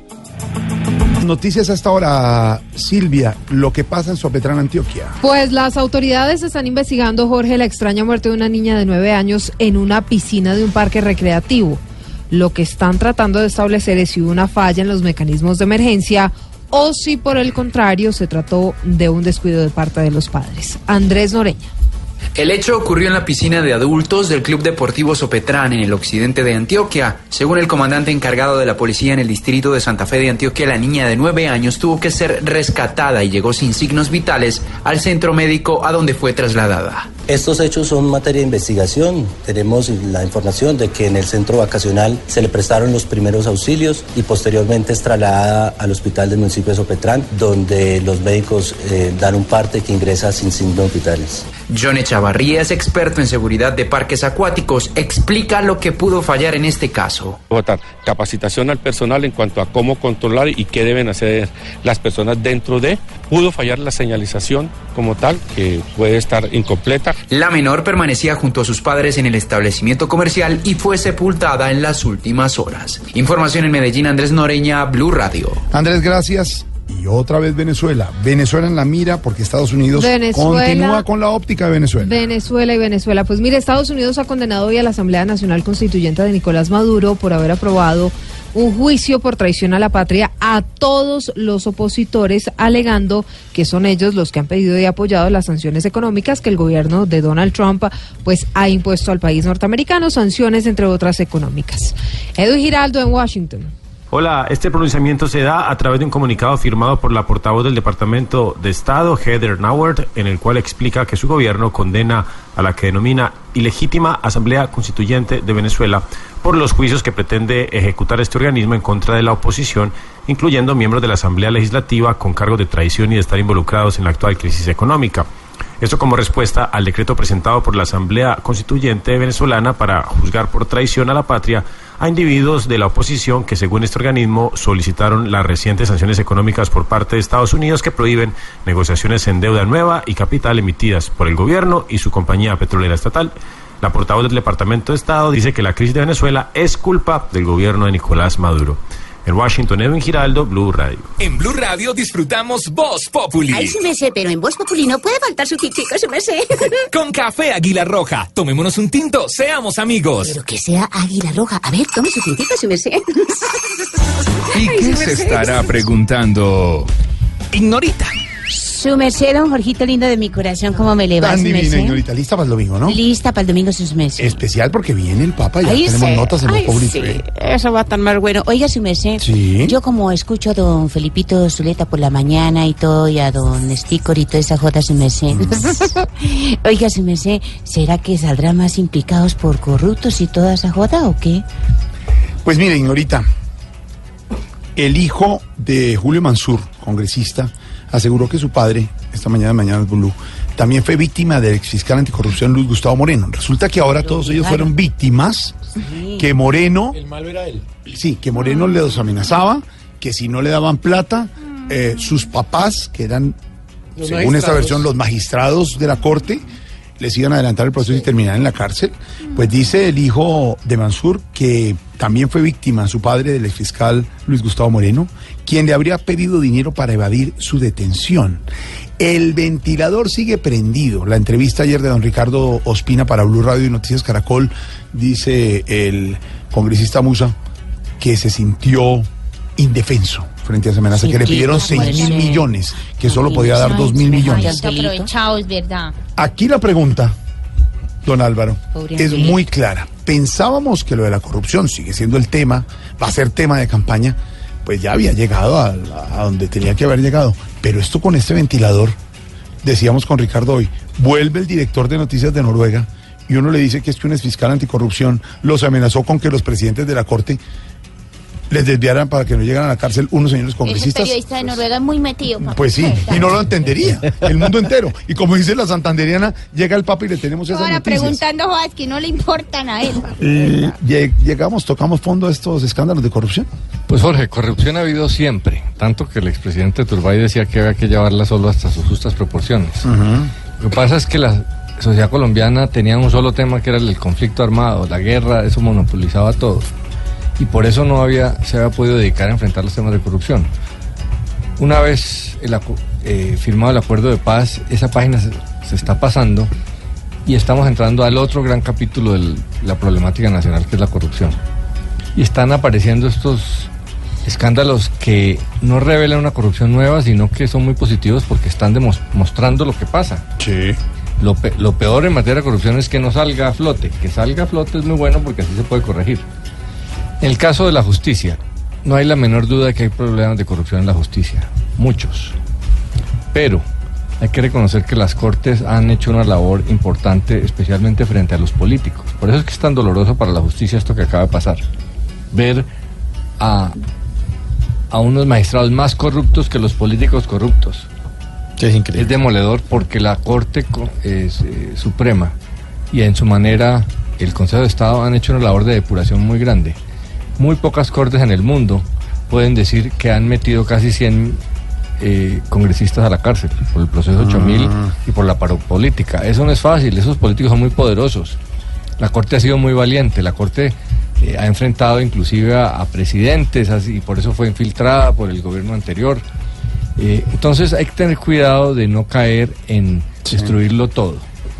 Noticias hasta ahora, Silvia, lo que pasa en Sopetrán, Antioquia. Pues las autoridades están investigando, Jorge, la extraña muerte de una niña de nueve años en una piscina de un parque recreativo. Lo que están tratando de establecer es si hubo una falla en los mecanismos de emergencia o si por el contrario se trató de un descuido de parte de los padres. Andrés Noreña. El hecho ocurrió en la piscina de adultos del Club Deportivo Sopetrán en el occidente de Antioquia. Según el comandante encargado de la policía en el distrito de Santa Fe de Antioquia, la niña de nueve años tuvo que ser rescatada y llegó sin signos vitales al centro médico a donde fue trasladada. Estos hechos son materia de investigación. Tenemos la información de que en el centro vacacional se le prestaron los primeros auxilios y posteriormente es trasladada al hospital del municipio de Sopetrán, donde los médicos eh, dan un parte que ingresa sin signos vitales. John Echavarría es experto en seguridad de parques acuáticos. Explica lo que pudo fallar en este caso. Capacitación al personal en cuanto a cómo controlar y qué deben hacer las personas dentro de. Pudo fallar la señalización como tal, que puede estar incompleta. La menor permanecía junto a sus padres en el establecimiento comercial y fue sepultada en las últimas horas. Información en Medellín, Andrés Noreña, Blue Radio. Andrés, gracias. Y otra vez Venezuela. Venezuela en la mira porque Estados Unidos Venezuela, continúa con la óptica de Venezuela. Venezuela y Venezuela. Pues mire, Estados Unidos ha condenado hoy a la Asamblea Nacional Constituyente de Nicolás Maduro por haber aprobado un juicio por traición a la patria a todos los opositores, alegando que son ellos los que han pedido y apoyado las sanciones económicas que el gobierno de Donald Trump pues ha impuesto al país norteamericano, sanciones entre otras económicas. Edu Giraldo en Washington. Hola, este pronunciamiento se da a través de un comunicado firmado por la portavoz del Departamento de Estado, Heather Nauert, en el cual explica que su gobierno condena a la que denomina ilegítima Asamblea Constituyente de Venezuela por los juicios que pretende ejecutar este organismo en contra de la oposición, incluyendo miembros de la Asamblea Legislativa con cargos de traición y de estar involucrados en la actual crisis económica. Esto como respuesta al decreto presentado por la Asamblea Constituyente venezolana para juzgar por traición a la patria a individuos de la oposición que, según este organismo, solicitaron las recientes sanciones económicas por parte de Estados Unidos que prohíben negociaciones en deuda nueva y capital emitidas por el gobierno y su compañía petrolera estatal. La portavoz del Departamento de Estado dice que la crisis de Venezuela es culpa del gobierno de Nicolás Maduro. En Washington, Edwin Giraldo, Blue Radio. En Blue Radio disfrutamos Voz Populi. Ay, su merced, pero en Voz Populi no puede faltar su tintico, su merced. Con café Águila Roja. Tomémonos un tinto, seamos amigos. Pero que sea Águila Roja. A ver, tome su tintico, su merced. ¿Y Ay, qué se estará preguntando Ignorita? Su merced, don Jorgito lindo de mi corazón, ¿cómo me le va, Tan su divina, merced? Ignorita, lista para el domingo, ¿no? Lista para el domingo, su merced. Especial porque viene el Papa y ya Ay, tenemos sí. notas en Ay, los sí. Eso va a estar más bueno. Oiga, su merced, sí. Yo como escucho a don Felipito Zuleta por la mañana y todo, y a don Sticor y toda esa jota, su merced. Oiga, su merced, ¿será que saldrán más implicados por corruptos y toda esa jota o qué? Pues mire, Ignorita, el hijo de Julio Mansur, congresista, aseguró que su padre, esta mañana, mañana Blue, también fue víctima del exfiscal anticorrupción Luis Gustavo Moreno. Resulta que ahora todos ellos fueron víctimas, sí. que Moreno... El malo era él. Sí, que Moreno les amenazaba, que si no le daban plata, eh, sus papás, que eran, los según esta versión, los magistrados de la corte, les iban a adelantar el proceso y terminar en la cárcel. Pues dice el hijo de Mansur que también fue víctima, su padre, del exfiscal Luis Gustavo Moreno, quien le habría pedido dinero para evadir su detención. El ventilador sigue prendido. La entrevista ayer de don Ricardo Ospina para Blue Radio y Noticias Caracol, dice el congresista Musa que se sintió indefenso frente a esa amenaza, sí, que le pidieron seis mil millones, que sí, solo podía dar dos mil millones. Aprovechados, ¿verdad? Aquí la pregunta, don Álvaro, Pobre es muy clara. Pensábamos que lo de la corrupción sigue siendo el tema, va a ser tema de campaña, pues ya había llegado a, a donde tenía que haber llegado. Pero esto con este ventilador, decíamos con Ricardo hoy, vuelve el director de Noticias de Noruega y uno le dice que es que un exfiscal anticorrupción los amenazó con que los presidentes de la corte les desviaran para que no llegaran a la cárcel unos señores congresistas. Ese periodista de Noruega es muy metido, papá. Pues sí, y no lo entendería el mundo entero. Y como dice la santanderiana, llega el Papa y le tenemos esas Ahora noticias. preguntando Joás que no le importan a él. Eh, llegamos, tocamos fondo a estos escándalos de corrupción. Pues Jorge, corrupción ha habido siempre, tanto que el expresidente Turbay decía que había que llevarla solo hasta sus justas proporciones. Uh-huh. Lo que pasa es que la sociedad colombiana tenía un solo tema que era el conflicto armado, la guerra, eso monopolizaba todo. y por eso no había, se había podido dedicar a enfrentar los temas de corrupción. Una vez el, eh, firmado el acuerdo de paz, esa página se, se está pasando y estamos entrando al otro gran capítulo de la problemática nacional, que es la corrupción. Y están apareciendo estos escándalos que no revelan una corrupción nueva, sino que son muy positivos porque están demostrando lo que pasa. Sí. Lo, pe lo peor en materia de corrupción es que no salga a flote. Que salga a flote es muy bueno porque así se puede corregir. En el caso de la justicia, no hay la menor duda de que hay problemas de corrupción en la justicia. Muchos. Pero hay que reconocer que las Cortes han hecho una labor importante, especialmente frente a los políticos. Por eso es que es tan doloroso para la justicia esto que acaba de pasar. Ver a, a unos magistrados más corruptos que los políticos corruptos. Es increíble. Es demoledor porque la Corte es, eh, Suprema y en su manera el Consejo de Estado han hecho una labor de depuración muy grande. Muy pocas cortes en el mundo pueden decir que han metido casi cien eh, congresistas a la cárcel por el proceso ocho mil y por la parapolítica. Eso no es fácil, esos políticos son muy poderosos. La Corte ha sido muy valiente, la Corte eh, ha enfrentado inclusive a, a presidentes así, y por eso fue infiltrada por el gobierno anterior. Eh, entonces hay que tener cuidado de no caer en sí. destruirlo todo.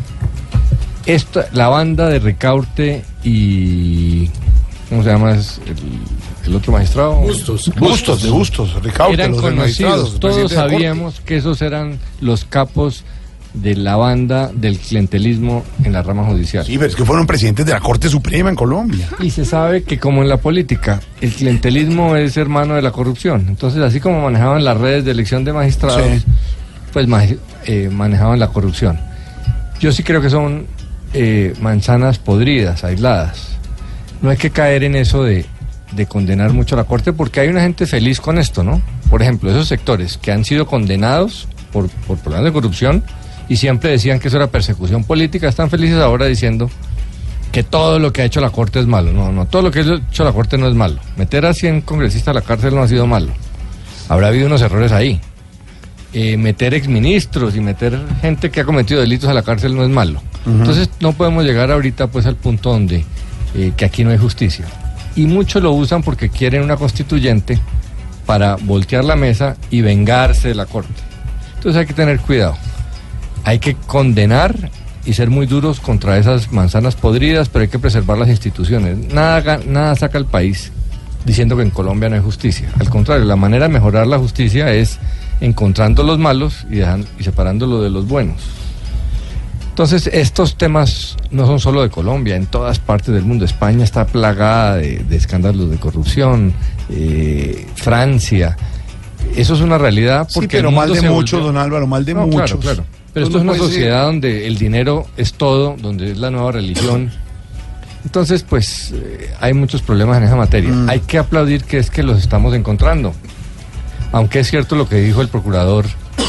Esta, la banda de Ricaurte y... ¿cómo se llama? Es el, el otro magistrado. Bustos. Bustos, de Bustos. Ricaurte, eran los conocidos. Todos sabíamos que esos eran los capos de la banda del clientelismo en la rama judicial. Sí, pero es que fueron presidentes de la Corte Suprema en Colombia. Y se sabe que como en la política, el clientelismo es hermano de la corrupción. Entonces, así como manejaban las redes de elección de magistrados, sí. pues eh, manejaban la corrupción. Yo sí creo que son eh, manzanas podridas, aisladas. No hay que caer en eso de, de condenar mucho a la Corte, porque hay una gente feliz con esto, ¿no? Por ejemplo, esos sectores que han sido condenados por, por problemas de corrupción y siempre decían que eso era persecución política, están felices ahora diciendo que todo lo que ha hecho la Corte es malo. No, no, todo lo que ha hecho la Corte no es malo. Meter a cien congresistas a la cárcel no ha sido malo. Habrá habido unos errores ahí. Eh, meter exministros y meter gente que ha cometido delitos a la cárcel no es malo. Uh-huh. Entonces no podemos llegar ahorita pues al punto donde eh, que aquí no hay justicia. Y muchos lo usan porque quieren una constituyente para voltear la mesa y vengarse de la Corte. Entonces hay que tener cuidado. Hay que condenar y ser muy duros contra esas manzanas podridas, pero hay que preservar las instituciones. Nada, nada saca al país diciendo que en Colombia no hay justicia. Al contrario, la manera de mejorar la justicia es encontrando los malos y, dejando, y separándolo de los buenos. Entonces, estos temas no son solo de Colombia, en todas partes del mundo. España está plagada de, de escándalos de corrupción, eh, Francia. Eso es una realidad porque... Sí, pero mal de muchos, volvió... don Álvaro, mal de no, muchos. Claro, claro. Pero esto es una sociedad donde el dinero es todo, donde es la nueva religión. Entonces, pues, eh, hay muchos problemas en esa materia. Mm. Hay que aplaudir que es que los estamos encontrando. Aunque es cierto lo que dijo el procurador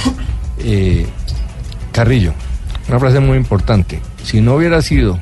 eh, Carrillo. Una frase muy importante. Si no hubiera sido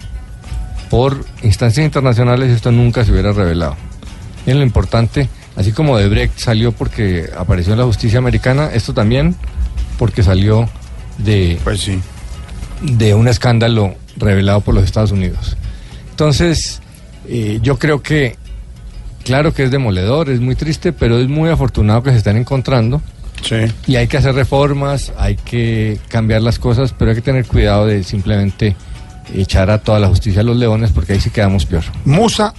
por instancias internacionales, esto nunca se hubiera revelado. Y lo importante, así como Odebrecht salió porque apareció en la justicia americana, esto también porque salió de, pues sí. de un escándalo revelado por los Estados Unidos. Entonces, eh, yo creo que, claro que es demoledor, es muy triste, pero es muy afortunado que se están encontrando. Sí. Y hay que hacer reformas, hay que cambiar las cosas, pero hay que tener cuidado de simplemente echar a toda la justicia a los leones, porque ahí sí quedamos peor. Musa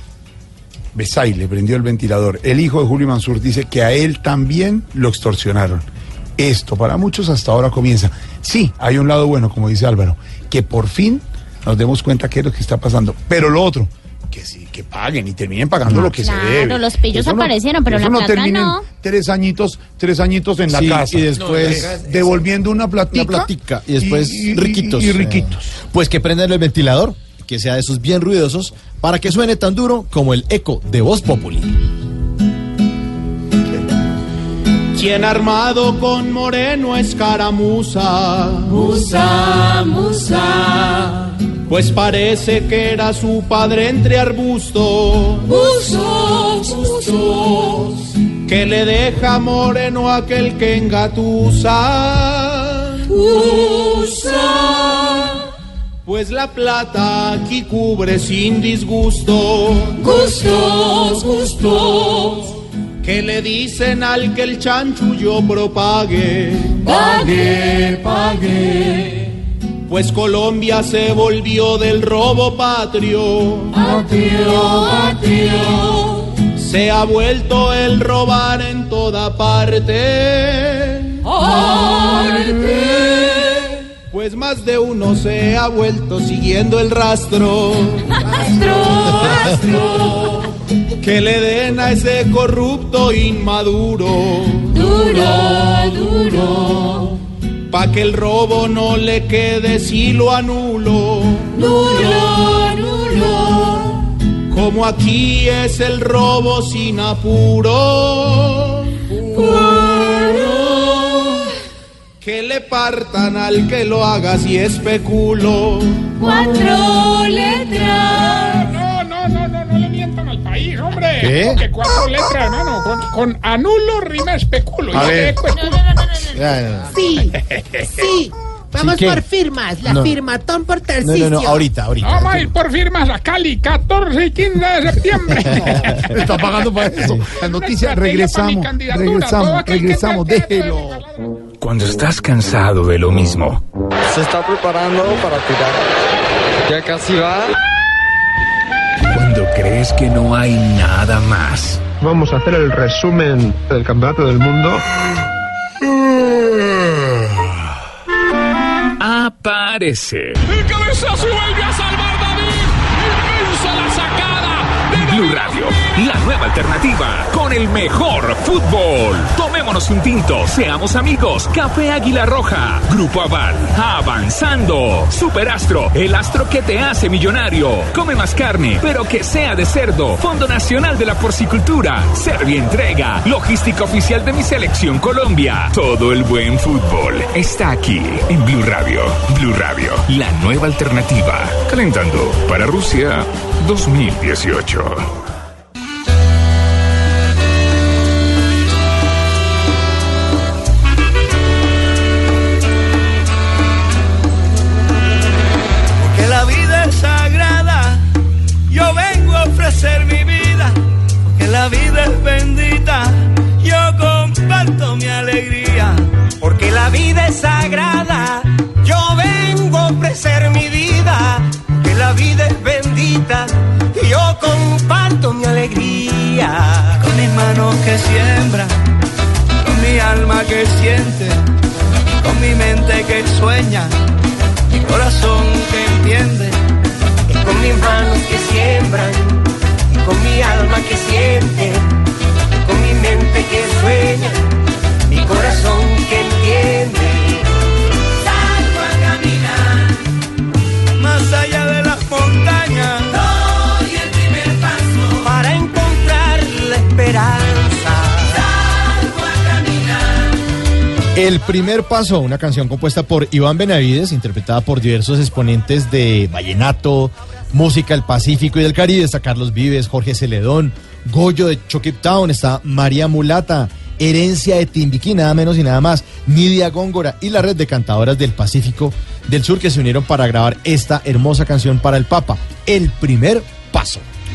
Besay le prendió el ventilador. El hijo de Julio Mansur dice que a él también lo extorsionaron. Esto para muchos hasta ahora comienza. Sí, hay un lado bueno, como dice Álvaro, que por fin nos demos cuenta qué es lo que está pasando. Pero lo otro, que sí, que paguen y terminen pagando no, lo que claro, se debe. Claro, los pillos eso aparecieron, no, pero la no plata no. Tres añitos, tres añitos en sí, la casa. Y después no, devolviendo una platica. Una platica y después y, y, riquitos. Y, y riquitos. Eh, pues que prendan el ventilador, que sea de esos bien ruidosos, para que suene tan duro como el eco de Voz Populi. Quien armado con moreno escaramuza, musa, musa, pues parece que era su padre entre arbustos, buzos, buzos, que le deja moreno aquel que engatusa, usa, Pues la plata aquí cubre sin disgusto. Gustos, gustos. Que le dicen al que el chanchullo propague. Pague, pague. Pues Colombia se volvió del robo patrio. Patrio, patrio. Se ha vuelto el robar en toda parte. Arte. Pues más de uno se ha vuelto siguiendo el rastro. Rastro, rastro. Que le den a ese corrupto inmaduro. Duro, duro. Pa' que el robo no le quede si lo anulo. Nulo, nulo. Como aquí es el robo sin apuro. Puro. Que le partan al que lo haga si especulo. Cuatro letras. No, no, no, no, no le mientan al país, hombre. ¿Qué? ¿Cómo que cuatro letras, hermano? Con, con anulo rima especulo. A ¿Y ver. qué especulo? Ya, no, no. Sí, sí. Vamos ¿Sí qué? por firmas. La No. firmatón por No, Tarcisio. no, no, ahorita, ahorita. Vamos a ir por firmas a Cali, catorce y quince de septiembre. Está pagando para eso. La noticia, estrategia para mi regresamos, candidatura. Todo regresamos, aquel que regresamos, trate de- déjelo. Cuando estás cansado de lo mismo. Se está preparando para tirar. Ya casi va. Cuando crees que no hay nada más. Vamos a hacer el resumen del campeonato del mundo. Aparece El cabezazo vuelve a salvar David. Inmensa la sacada. Blue Radio, la nueva alternativa con el mejor fútbol. Tomémonos un tinto, seamos amigos. Café Águila Roja, Grupo Aval, avanzando. Superastro, el astro que te hace millonario. Come más carne, pero que sea de cerdo. Fondo Nacional de la Porcicultura, Servientrega, logística oficial de mi selección Colombia. Todo el buen fútbol está aquí en Blue Radio. Blue Radio, la nueva alternativa. Calentando para Rusia dos mil dieciocho. Que la vida es sagrada. Yo vengo a ofrecer mi vida. Porque la vida es bendita. Yo comparto mi alegría. Porque la vida es sagrada. Yo vengo a ofrecer mi vida. Porque la vida es bendita. Y yo comparto mi alegría. Con mis manos que siembran. Con mi alma que siente. Con mi mente que sueña. Mi corazón que entiende. Y con mis manos que siembran. Y con mi alma que siente. Y con mi mente que sueña. Mi corazón que entiende. Salgo a caminar más allá de las montañas. Doy el primer paso para encontrar la esperanza. Salgo a caminar. El primer paso, una canción compuesta por Iván Benavides, interpretada por diversos exponentes de vallenato, música del Pacífico y del Caribe. Está Carlos Vives, Jorge Celedón, Goyo de Chucky Town, está María Mulata, Herencia de Timbiquí, nada menos y nada más, Nidia Góngora y la red de cantadoras del Pacífico del Sur que se unieron para grabar esta hermosa canción para el Papa, El Primer Paso.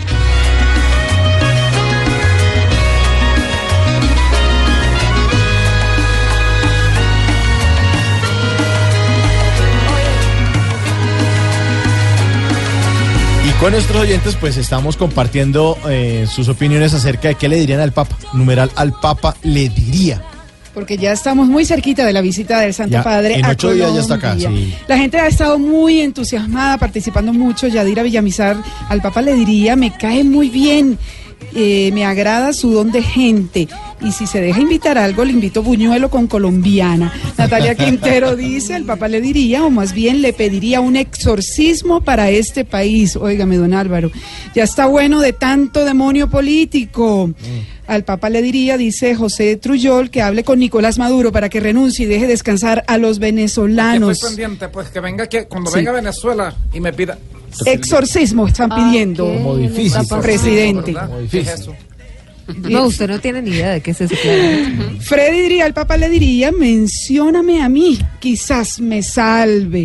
Con nuestros oyentes pues estamos compartiendo eh, sus opiniones acerca de qué le dirían al Papa. Numeral al Papa le diría. Porque ya estamos muy cerquita de la visita del Santo Ya, Padre en a ocho días ya está acá, Colombia. sí. La gente ha estado muy entusiasmada, participando mucho. Yadira Villamizar, al Papa le diría, me cae muy bien, eh, me agrada su don de gente. Y si se deja invitar a algo, le invito buñuelo con colombiana. Natalia Quintero dice, al Papa le diría, o más bien le pediría un exorcismo para este país. Óigame, don Álvaro, ya está bueno de tanto demonio político. Al Papa le diría, dice José Trujol, que hable con Nicolás Maduro para que renuncie y deje descansar a los venezolanos. Estoy pendiente, pues que venga aquí, cuando Sí. venga a Venezuela y me pida. Exorcismo están pidiendo. Como difícil. Presidente. Como difícil. No, usted no tiene ni idea de qué es eso. Claro. Freddy diría, al Papa le diría, mencióname a mí, quizás me salve.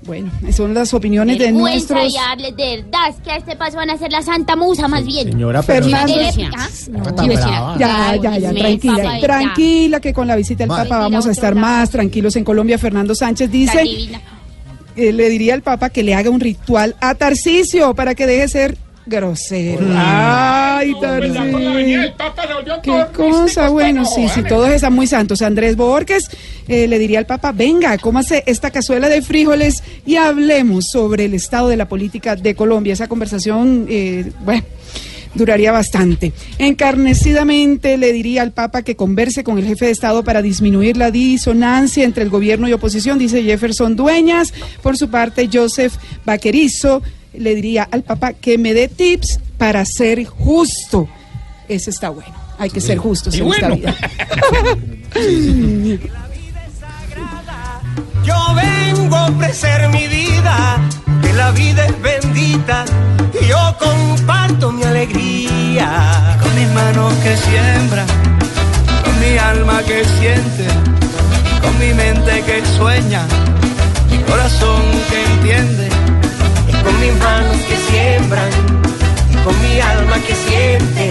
Bueno, esas son las opiniones de Vergüenza nuestros... y darles de verdad, es que a este paso van a ser la Santa Musa más bien. Señora, pero... Fernando, ¿Ah? No, ya, ya, ya, tranquila, tranquila, que con la visita del Papa vamos a estar más tranquilos en Colombia. Fernando Sánchez dice, eh, le diría al Papa que le haga un ritual a Tarcisio para que deje de ser grosero. Mm. Ay, Tarcisio. Qué cosa, bueno, sí, sí, todos están muy santos. Andrés Borges eh, le diría al Papa, venga, cómase esta cazuela de frijoles y hablemos sobre el estado de la política de Colombia. Esa conversación, eh, bueno, duraría bastante. Encarnecidamente le diría al Papa que converse con el jefe de Estado para disminuir la disonancia entre el gobierno y oposición, dice Jefferson Dueñas. Por su parte, Joseph Vaquerizo le diría al Papa que me dé tips para ser justo. Eso está bueno. Hay que sí. ser justos en bueno. esta vida. Yo vengo a ofrecer mi vida, que la vida es bendita, y yo comparto mi alegría. Con mis manos que siembran, con mi alma que siente, con mi mente que sueña, mi corazón que entiende. Con mis manos que siembran, con mi alma que siente,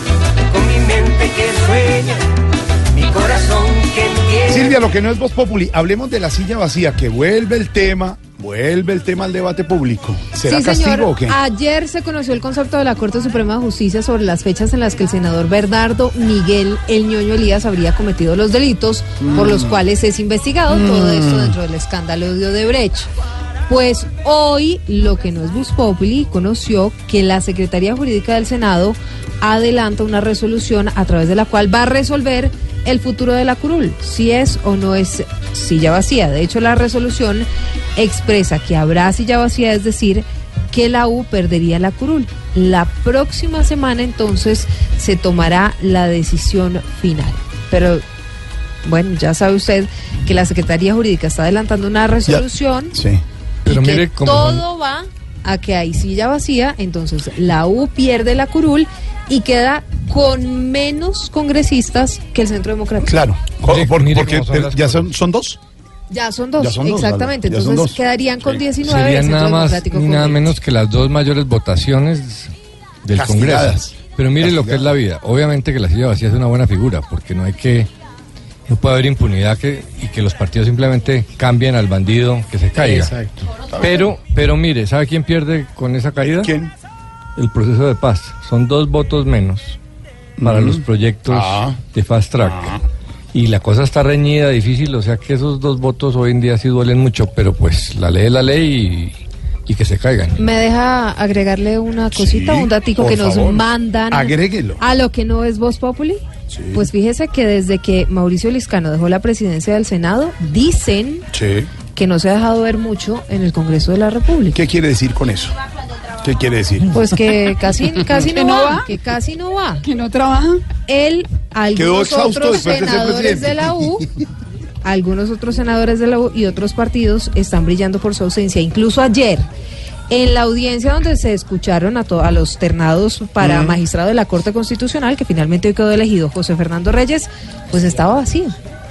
con mi mente que sueña, mi corazón que entiende. Silvia, lo que no es Voz Populi, hablemos de la silla vacía, que vuelve el tema, vuelve el tema al debate público. ¿Será sí, castigo señor. o qué? Ayer se conoció el concepto de la Corte Suprema de Justicia sobre las fechas en las que el senador Bernardo Miguel El Ñoño Elías habría cometido los delitos mm. por los cuales es investigado, mm. todo esto dentro del escándalo de Odebrecht. Pues hoy, lo que no es Voz Populi, conoció que la Secretaría Jurídica del Senado adelanta una resolución a través de la cual va a resolver el futuro de la curul, si es o no es silla vacía. De hecho, la resolución expresa que habrá silla vacía, es decir, que la U perdería la curul. La próxima semana, entonces, se tomará la decisión final. Pero, bueno, ya sabe usted que la Secretaría Jurídica está adelantando una resolución. Ya. Sí. Pero y mire que todo va a que hay silla vacía, entonces la U pierde la curul y queda con menos congresistas que el Centro Democrático. Claro, mire, por, mire porque son ya son, son dos. Ya son dos, ya son exactamente. Dos, entonces dos. quedarían con sí. diecinueve. Serían nada más ni nada menos que las dos mayores votaciones del Castigadas. Congreso. Pero mire Castigadas. Lo que es la vida. Obviamente que la silla vacía es una buena figura, porque no hay que... No puede haber impunidad que, y que los partidos simplemente cambien al bandido que se caiga. Exacto. Pero, pero mire, ¿sabe quién pierde con esa caída? ¿Quién? El proceso de paz. Son dos votos menos para mm. los proyectos ah. de Fast Track. Ah. Y la cosa está reñida, difícil, o sea que esos dos votos hoy en día sí duelen mucho, pero pues la ley es la ley y, y que se caigan. ¿Me deja agregarle una cosita, sí, un datico que nos favor. mandan Agréguelo. a lo que no es Voz Populi? Sí. Pues fíjese que desde que Mauricio Liscano dejó la presidencia del Senado, dicen sí. que no se ha dejado ver mucho en el Congreso de la República. ¿Qué quiere decir con eso? ¿Qué quiere decir? Pues que casi, casi no, no va, va, que casi no va. Que no trabaja. Él, algunos otros senadores de, de la U, algunos otros senadores de la U y otros partidos están brillando por su ausencia. Incluso ayer, en la audiencia donde se escucharon a, to- a los ternados para uh-huh. magistrado de la Corte Constitucional, que finalmente hoy quedó elegido José Fernando Reyes, pues estaba vacío.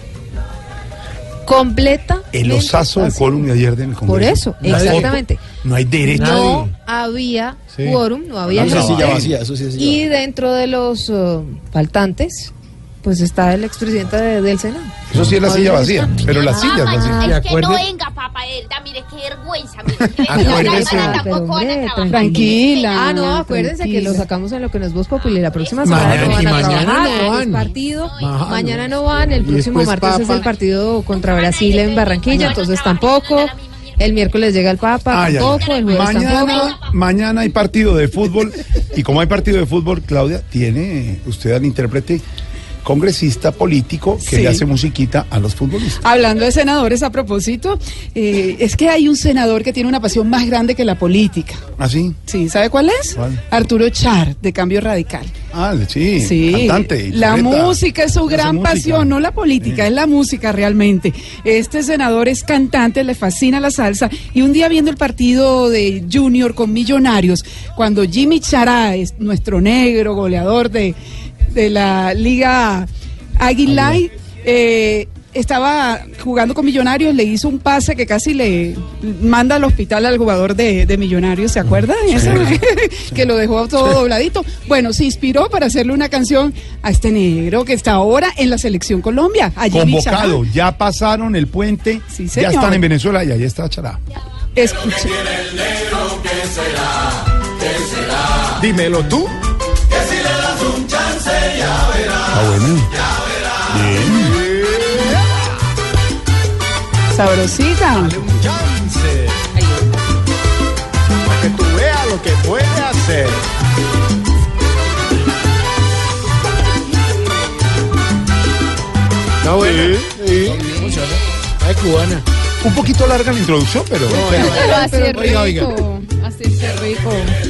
Completa. El osazo del quórum de ayer del Congreso. Por eso, no exactamente. No hay derecho. No había sí. quórum, no había no, gente. Vacía, eso sí es y dentro de los uh, faltantes, pues está el expresidente de, del Senado. Eso sí es la silla vacía, pero la silla es vacía. Es que no venga, papá, Elda, mire qué vergüenza. Mire, acuérdese. Tampoco van a trabajar. Tranquila. Ah, no, acuérdense tranquila. Que lo sacamos en lo que nos Voz Populi. La próxima semana mañana, no van y a mañana trabajar. no van. Es partido. Mañana. Mañana no van. El próximo después, martes papa. es el partido contra Brasil en Barranquilla, entonces tampoco. El miércoles llega el Papa, ah, tampoco, ya, ya. el jueves mañana, tampoco. Mañana hay partido de fútbol. Y como hay partido de fútbol, Claudia, tiene usted al intérprete congresista político que sí. le hace musiquita a los futbolistas. Hablando de senadores, a propósito, eh, es que hay un senador que tiene una pasión más grande que la política. ¿Ah, sí? Sí, ¿sabe cuál es? ¿Cuál? Arturo Char, de Cambio Radical. Ah, sí, sí. cantante. La música es su gran música. pasión, no la política, sí. es la música realmente. Este senador es cantante, le fascina la salsa, y un día viendo el partido de Junior con Millonarios, cuando Jimmy Chará, es nuestro negro goleador de... de la Liga Águila, eh, estaba jugando con Millonarios, le hizo un pase que casi le manda al hospital al jugador de, de Millonarios, ¿se acuerdan? Sí. Esa, que lo dejó todo sí. dobladito. Bueno, se inspiró para hacerle una canción a este negro que está ahora en la Selección Colombia. Allí convocado, ya pasaron el puente, sí, ya están en Venezuela y allá está Chará. Escucha. ¿Qué será? ¿Qué será? Dímelo tú. Que si le das un chance ya verás. Ah, bueno. Ya verás. Bien. Sabrosita. Dale un chance. Para que tú veas lo que puede hacer. Está bueno. Sí, sí. Es cubana. Un poquito larga la introducción, pero... No, pero, pero así es rico. Oiga, oiga. Así es rico.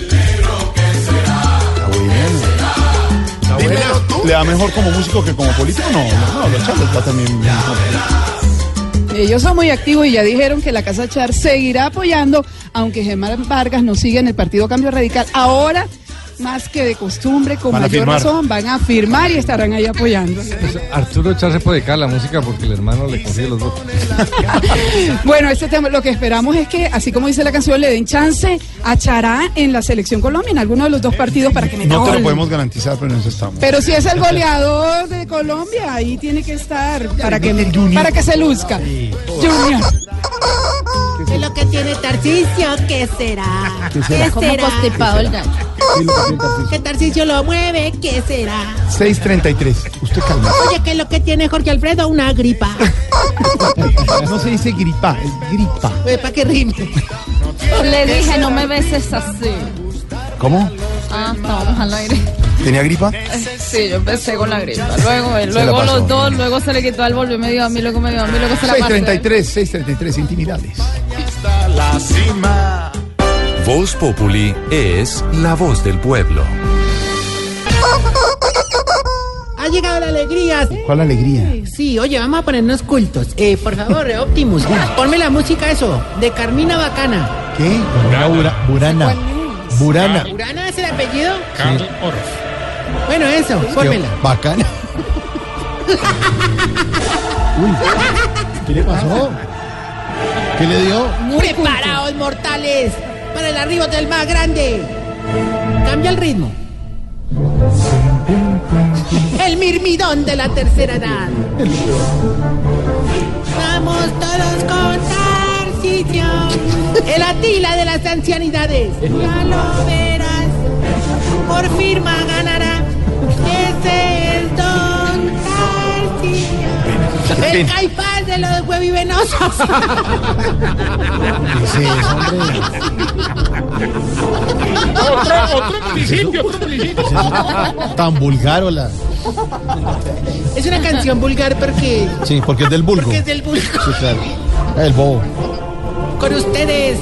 Está buena. ¿Le da mejor como músico que como político? No, no, no, los Char está también... Ellos son muy activos y ya dijeron que la Casa Char seguirá apoyando, aunque Germán Vargas no siga en el Partido Cambio Radical. Ahora, más que de costumbre, con Van a mayor firmar. razón, van a firmar y estarán ahí apoyando. Pues Arturo Char se puede dedicar a la música porque el hermano le consigue los votos. Bueno, este tema, lo que esperamos es que, así como dice la canción, le den chance a Chará en la Selección Colombia, en alguno de los dos partidos para que meta No te gol. lo podemos garantizar, pero en eso estamos. Pero si es el goleador de Colombia, ahí tiene que estar para que, para que se luzca. Junior. ¿Qué es lo que tiene Tarcisio? ¿Qué será? ¿Qué será? ¿Qué será? constipado el gallo. ¿Qué Tarcisio lo mueve? ¿Qué será? seis treinta y tres. Usted calma. Oye, ¿qué es lo que tiene Jorge Alfredo? Una gripa. No se dice gripa, es gripa. Pues, ¿para qué rime? Le dije, no me beses así. ¿Cómo? Ah, estábamos al aire. ¿Tenía gripa? Sí, yo empecé con la gripa. Luego, Se luego la pasó. los dos, luego se le quitó al volvió, me dio a mí, luego me dio a mí, luego se la seis pasé. treinta y tres, seis treinta y tres, intimidades. La cima. Voz Populi es la voz del pueblo. Ha llegado la alegría. ¿Cuál alegría? Sí, oye, vamos a ponernos cultos. Eh, por favor, eh, Optimus, ponme la música eso, de Carmina Bacana. ¿Qué? Burana. Burana. Burana. ¿Urana es el apellido? Carl Orff. Bueno, eso, pónmela. Bacana. Uy, ¿qué le pasó? ¿Qué le dio? Preparaos, mortales, para el arribo del más grande. Cambia el ritmo. El mirmidón de la tercera edad. Vamos todos con Tarcisio, el Atila de las ancianidades. Ya lo verás, por firma ganará. Ese es Don Tarcisio, el Caifás de los huevivenosos. ¿Qué es eso, hombre? Otro, otro municipio, otro municipio. Tan vulgar, hola. Es una canción vulgar porque... Sí, porque es del vulgo. Porque es del vulgo. Sí, claro. El bobo. Con ustedes,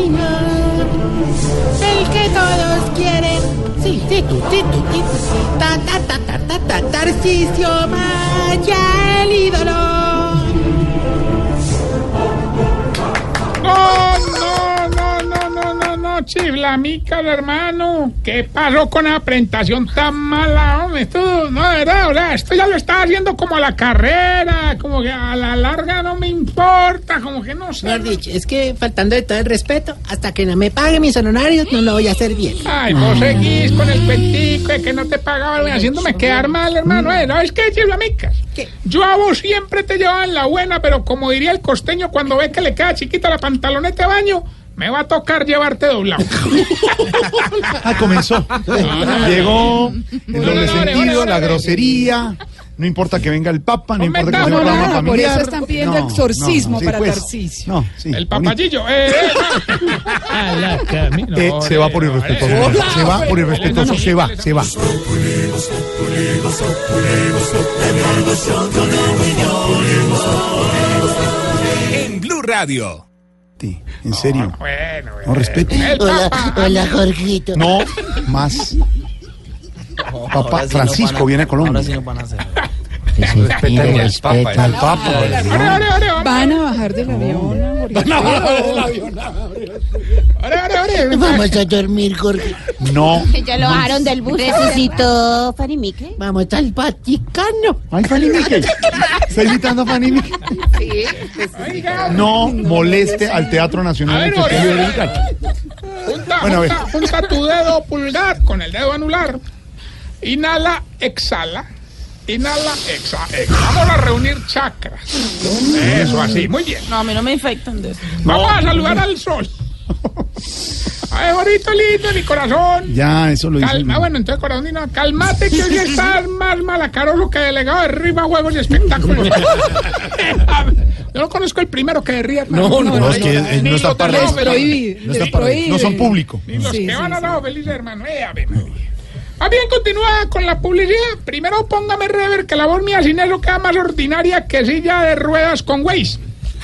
el que todos quieren. Sí, sí, tú, sí, tú, sí, tú, sí. Ta, ta, ta, ta, ta, ta, Tarcisio Maya, el ídolo. No, no, no, no, no, no, no, chiflamica, hermano. ¿Qué pasó con la presentación tan mala, hombre? Esto, no, de verdad, o sea, esto ya lo estaba haciendo como a la carrera, como que a la larga no me importa, como que no sé. Mejor dicho, es que faltando de todo el respeto, hasta que no me pague mis honorarios, no lo voy a hacer bien. Ay, vos seguís con el cuentico de que no te pagaban, haciéndome quedar mal, hermano. Eh, ¿no es que chiflamicas? ¿Qué? Yo a vos siempre te llevaba en la buena, pero como diría el costeño cuando ve que le queda chiquita la pantaloneta de baño, me va a tocar llevarte doblado. Ah, comenzó. Llegó el doble ore, sentido, ore, ore, la ore. grosería. No importa que venga el Papa, no No importa que metamos sea un programa nada, por familiar. eso están pidiendo No, exorcismo no, sí, para pues. Tarcisio. No, sí. El papayillo. Eh, eh, a la camino. Eh, se va por irrespetuoso. Hola, Se va por irrespetuoso. no, Se va, se va. En Blue Radio. Sí, en serio. Bueno, No respeto. el Hola, Papa. hola, Jorgito. No más. Papá Francisco viene a Colombia. Ahora sí nos van a hacer. Respeten al Papa. Al Papa. Van a bajar del avión. Van a bajar del avión. Vamos a dormir, Jorge. No. Ya lo bajaron del bus. Resucitó Fanny Mique. Vamos al Vaticano. Ay, Fanny Mique. ¿Está invitando a Fanny Mique? Sí. No moleste al Teatro Nacional. A ver, Entonces, Jorge. Federal. Junta, Bueno, a ver. junta, junta tu dedo pulgar con el dedo anular. Inhala, exhala. Inhala, exhala. Vamos a reunir chakras. Eso, así. Muy bien. No, a mí no me infectan de eso. Vamos a saludar al sol. Ay, bonito, lindo, mi corazón. Ya, eso lo hice. Calma, bueno, entonces, corazón, no, cálmate que hoy estás más malacaroso que delegado de Riva, Juegos y Espectáculos. Yo no conozco el primero que de ríe. No, no, no, es que eh, no está para no, eso. Prohibir. No está para eso. No son público. Ni los Sí, que sí, van a sí. lado felices, hermano. Eh, a ver, María. Más bien, continúa con la publicidad. Primero póngame rever, que la voz mía sin eso queda más ordinaria que silla de ruedas con Waze.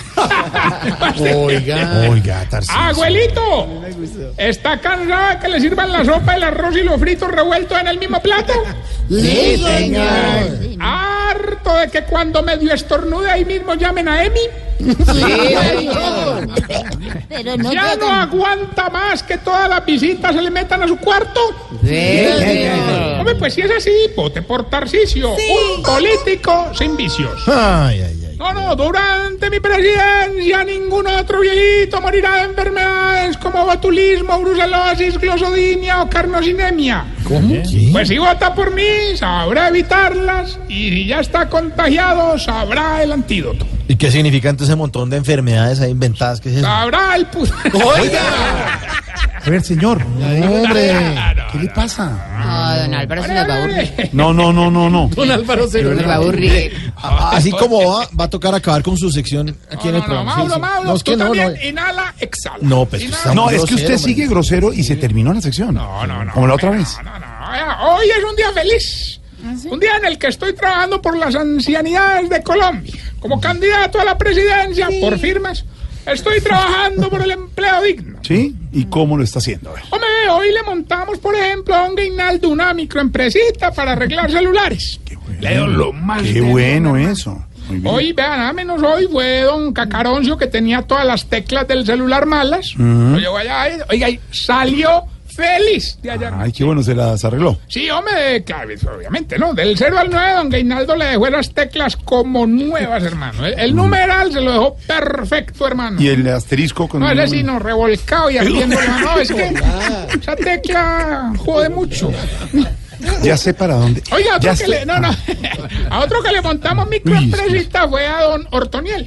Oiga, oiga, Tarcisio. Abuelito, ¿está cansado de que le sirvan la sopa, el arroz y los fritos revueltos en el mismo plato? Sí, señor. ¿Harto de que cuando medio estornude ahí mismo llamen a Emi? Sí, señor. Pero no ¿Ya no llegan. aguanta más que todas las visitas se le metan a su cuarto? Sí, señor. Hombre, pues si es así, vote por Tarcisio, un político sin vicios. Ay, ay, ay. No, no, durante mi presidencia ningún otro viejito morirá de enfermedades como botulismo, brucelosis, glosodinia o carnosinemia. ¿Cómo? Pues si vota por mí, sabrá evitarlas, y si ya está contagiado, sabrá el antídoto. ¿Y qué significa entonces ese montón de enfermedades ahí inventadas? ¿Qué es eso? Sabrá el pu... Oiga. A ver, señor. Hombre. ¿Qué le pasa? No, don Álvaro se nos va a aburrir. No, no, no, no, no. Don Álvaro se Se nos va a aburrir. Así como va, va a tocar acabar con su sección aquí en el No, no, programa. Mauro, Sí, sí. Mauro, No, es que tú no, también no. inhala, exhala. No, pues, Inhala, está No, muy es que usted grosero, sigue hombre. grosero y se terminó la sección. No, no, no. Como la otra vez. No, no, no. Vea, hoy es un día feliz. Un día en el que estoy trabajando por las ancianidades de Colombia. Como candidato a la presidencia por firmas, estoy trabajando por el empleo digno. ¿Sí? ¿Y cómo lo está haciendo? A ver. Hombre, hoy le montamos, por ejemplo, a un Guinaldo una microempresita para arreglar celulares. Le doy lo más Qué de bueno hermano. eso. Muy bien. Hoy, vean, nada menos hoy fue don Cacaroncio que tenía todas las teclas del celular malas. Ujú. Lo llevó allá, y- oiga, y salió feliz de allá. Ay, qué bueno, se las arregló. Sí, hombre, claro, obviamente, ¿no? Del cero al nueve, don Guinaldo le dejó las teclas como nuevas, hermano. El, el numeral se lo dejó perfecto, hermano. Y el asterisco con No, el ese sí, no, revolcado y ardiendo. No, es que esa tecla jode mucho. Ya sé para dónde. Oiga, otro Ya que sé. le, no, no, a otro que le montamos microempresita fue a don Ortoniel.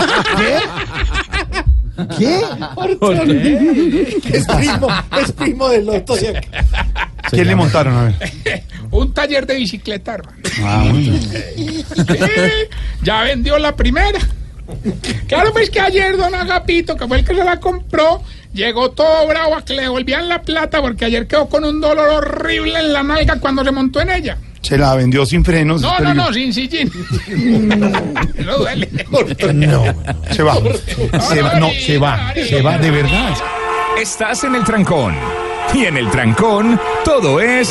¿Qué? Es primo, es primo del loto. ¿Qué le montaron? A ver. Un taller de bicicleta, hermano. Ah, muy bien. Sí, ya vendió la primera. Claro, pues que ayer don Agapito, que fue el que se la compró, llegó todo bravo a que le devolvían la plata porque ayer quedó con un dolor horrible en la nalga cuando se montó en ella. Se la vendió sin frenos. No, es no, no, peligroso. sin sillín. No duele. No. Se va. Se va. No, se va. Se va, de verdad. Estás en el trancón. Y en el trancón, todo es.